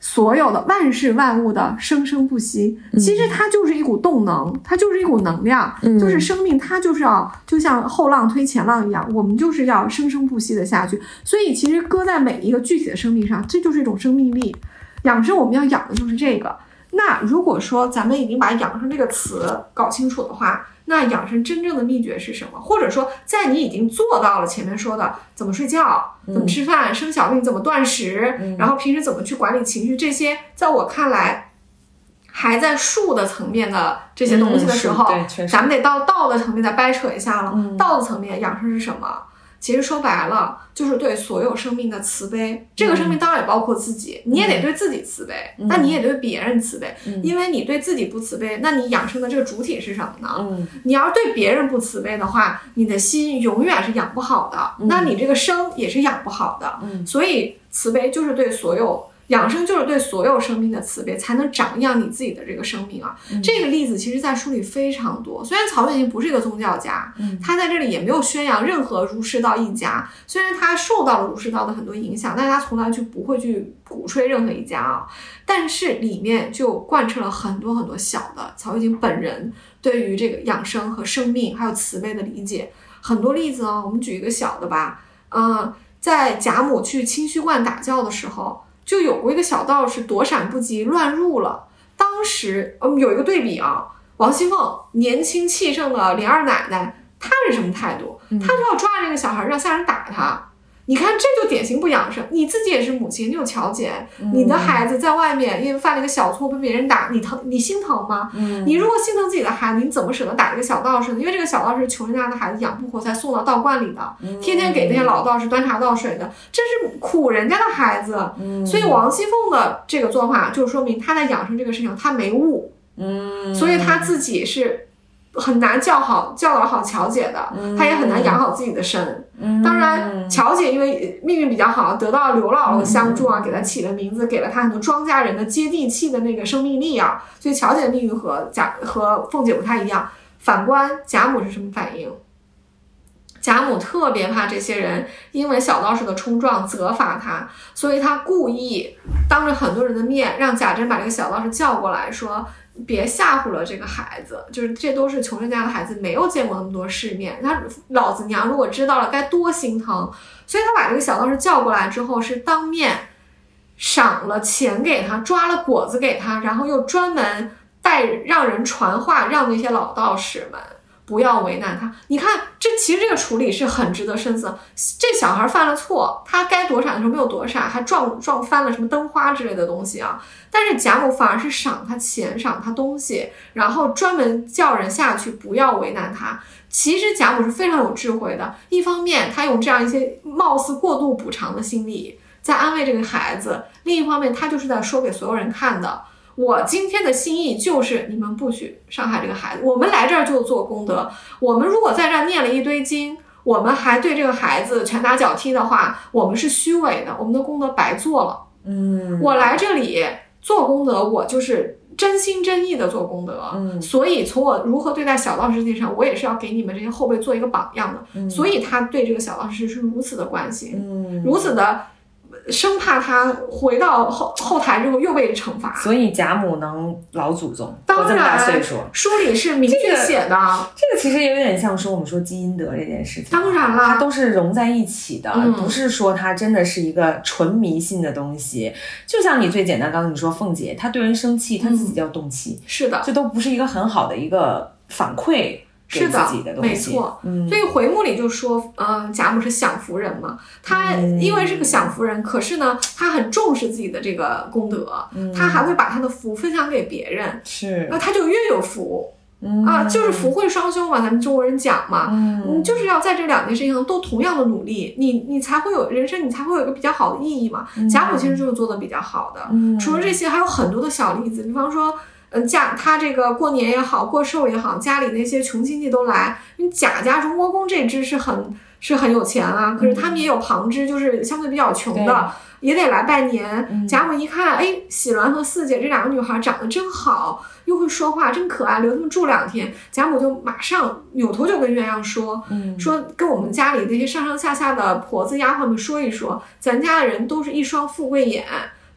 所有的万事万物的生生不息，其实它就是一股动能，它就是一股能量，就是生命，它就是要就像后浪推前浪一样，我们就是要生生不息的下去。所以其实搁在每一个具体的生命上，这就是一种生命力。养生我们要养的就是这个。那如果说咱们已经把养生这个词搞清楚的话，那养生真正的秘诀是什么？或者说在你已经做到了前面说的怎么睡觉，怎么吃饭，生小病怎么断食，然后平时怎么去管理情绪，这些在我看来还在术的层面的这些东西的时候，咱们得到道的层面再掰扯一下了。道的层面养生是什么？其实说白了就是对所有生命的慈悲，这个生命当然也包括自己，你也得对自己慈悲，那你也对别人慈悲，因为你对自己不慈悲，那你养生的这个主体是什么呢？你要是对别人不慈悲的话，你的心永远是养不好的，那你这个生也是养不好的。所以慈悲就是对所有养生，就是对所有生命的慈悲，才能长养你自己的这个生命啊。这个例子其实在书里非常多。虽然曹雪芹不是一个宗教家，他在这里也没有宣扬任何儒释道一家，虽然他受到了儒释道的很多影响，但是他从来就不会去鼓吹任何一家啊。但是里面就贯彻了很多很多小的曹雪芹本人对于这个养生和生命还有慈悲的理解。很多例子啊，我们举一个小的吧。在贾母去清虚观打醮的时候，就有过一个小道士躲闪不及，乱入了。当时有一个对比啊，王熙凤年轻气盛的林二奶奶，她是什么态度？她就要抓这个小孩让下人打他。你看这就典型不养生。你自己也是母亲，你有巧姐，你的孩子在外面因为犯了一个小错被别人打，你心疼吗？你如果心疼自己的孩子，你怎么舍得打这个小道士呢？因为这个小道士穷人家的孩子养不活才送到道观里的，天天给那些老道士端茶倒水的，这是苦人家的孩子。所以王熙凤的这个做法就说明她在养生这个事情她没悟，所以她自己是很难教导好巧姐的，她也很难养好自己的身。当然巧姐因为命运比较好，得到刘姥姥的相助啊，给她起了名字，给了她很多庄稼人的接地气的那个生命力啊，所以巧姐的命运和凤姐不太一样。反观贾母是什么反应？贾母特别怕这些人因为小道士的冲撞责罚他，所以他故意当着很多人的面让贾珍把这个小道士叫过来，说别吓唬了这个孩子，就是这都是穷人家的孩子，没有见过那么多世面，他老子娘如果知道了该多心疼。所以他把这个小道士叫过来之后，是当面赏了钱给他，抓了果子给他，然后又专门让人传话，让那些老道士们不要为难他。你看其实这个处理是很值得深思。这小孩犯了错，他该躲闪的时候没有躲闪，还撞翻了什么灯花之类的东西啊，但是贾母反而是赏他钱，赏他东西，然后专门叫人下去不要为难他。其实贾母是非常有智慧的，一方面他用这样一些貌似过度补偿的心理在安慰这个孩子，另一方面他就是在说给所有人看的，我今天的心意就是你们不许伤害这个孩子，我们来这儿就做功德，我们如果在这儿念了一堆经，我们还对这个孩子拳打脚踢的话，我们是虚伪的，我们的功德白做了。我来这里做功德，我就是真心真意的做功德，所以从我如何对待小道士这件事上，我也是要给你们这些后辈做一个榜样的。所以他对这个小道士是如此的关心，如此的生怕他回到后台之后又被惩罚。 所以贾母能老祖宗活这么大岁数， 书里是明确写的。 这个其实有点像说我们说积阴德这件事情， 当然了， 它都是融在一起的，不是说它真的是一个纯迷信的东西。就像你最简单，刚刚你说凤姐她对人生气，她自己叫动气， 是的， 这都不是一个很好的一个反馈。 是的，没错。所以回目里就说贾母是享福人嘛，她因为是个享福人，可是呢她很重视自己的这个功德，她还会把她的福分享给别人， 是， 她就越有福。就是福慧双修嘛，咱们中国人讲嘛，你就是要在这两件事情上都同样的努力，你才会有人生，你才会有一个比较好的意义嘛。贾母其实就是做的比较好的。除了这些还有很多的小例子，比方说他这个过年也好，过寿也好，家里那些穷亲戚都来。因为贾家荣国公这支是很有钱啊，可是他们也有旁支，就是相对比较穷的，也得来拜年。贾母一看，喜鸾和四姐这两个女孩长得真好，又会说话，真可爱，留他们住2天。贾母就马上扭头就跟鸳鸯说，说跟我们家里那些上上下下的婆子丫鬟们说一说，咱家的人都是一双富贵眼，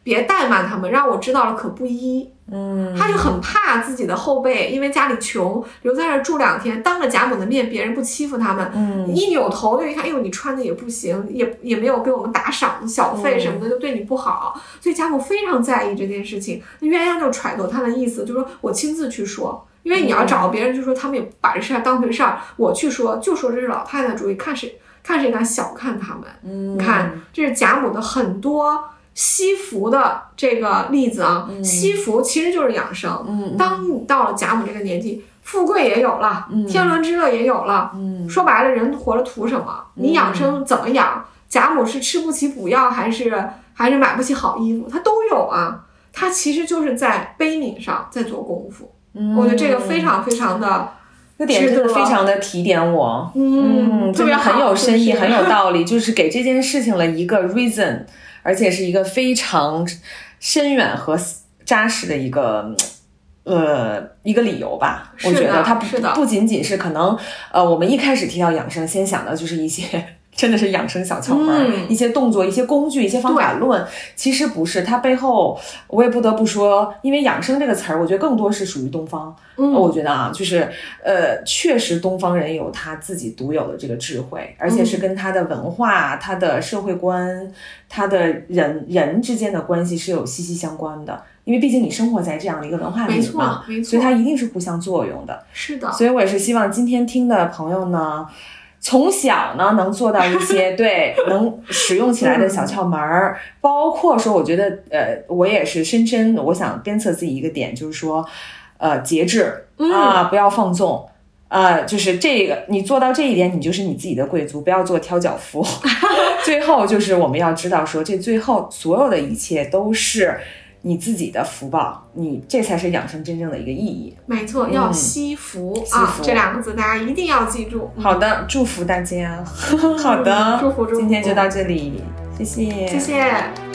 别怠慢他们，让我知道了可不依。他就很怕自己的后辈因为家里穷留在这儿住2天，当着贾母的面别人不欺负他们，一扭头就一看，哎呦你穿的也不行，也没有给我们打赏小费什么的，就对你不好，所以贾母非常在意这件事情。那鸳鸯就揣度他的意思，就说我亲自去说，因为你要找别人就说他们也不把这事儿当回事儿，我去说就说这是老太太的主意，看谁敢小看他们。你看这是贾母的很多惜福的这个例子啊，惜福其实就是养生。当你到了贾母这个年纪，富贵也有了，天伦之乐也有了，说白了人活了图什么？你养生怎么养？贾母是吃不起补药还是买不起好衣服？她都有啊，她其实就是在悲悯上在做功夫。我觉得这个非常非常的这点真的非常的提点我，真的很有深意，很有道理，就是给这件事情了一个 reason， 而且是一个非常深远和扎实的一个理由吧。我觉得它不仅仅是可能我们一开始提到养生，先想到就是一些真的是养生小窍门，一些动作，一些工具，一些方法论，其实不是。它背后我也不得不说，因为养生这个词儿我觉得更多是属于东方。我觉得啊，就是确实东方人有他自己独有的这个智慧，而且是跟他的文化、他的社会观、他的人之间的关系是有息息相关的。因为毕竟你生活在这样的一个文化里嘛，所以它一定是互相作用的。 是的， 所以我也是希望今天听的朋友呢，从小呢能做到一些对能使用起来的小窍门儿，包括说我觉得我也是深深我想鞭策自己一个点，就是说节制啊，不要放纵。就是这个你做到这一点，你就是你自己的贵族，不要做挑脚夫。最后就是我们要知道说，这最后所有的一切都是你自己的福报，你这才是养生真正的一个意义。 没错，要惜福啊，这2个字大家一定要记住。 好的，祝福大家。好的， 祝福。 今天就到这里，谢谢。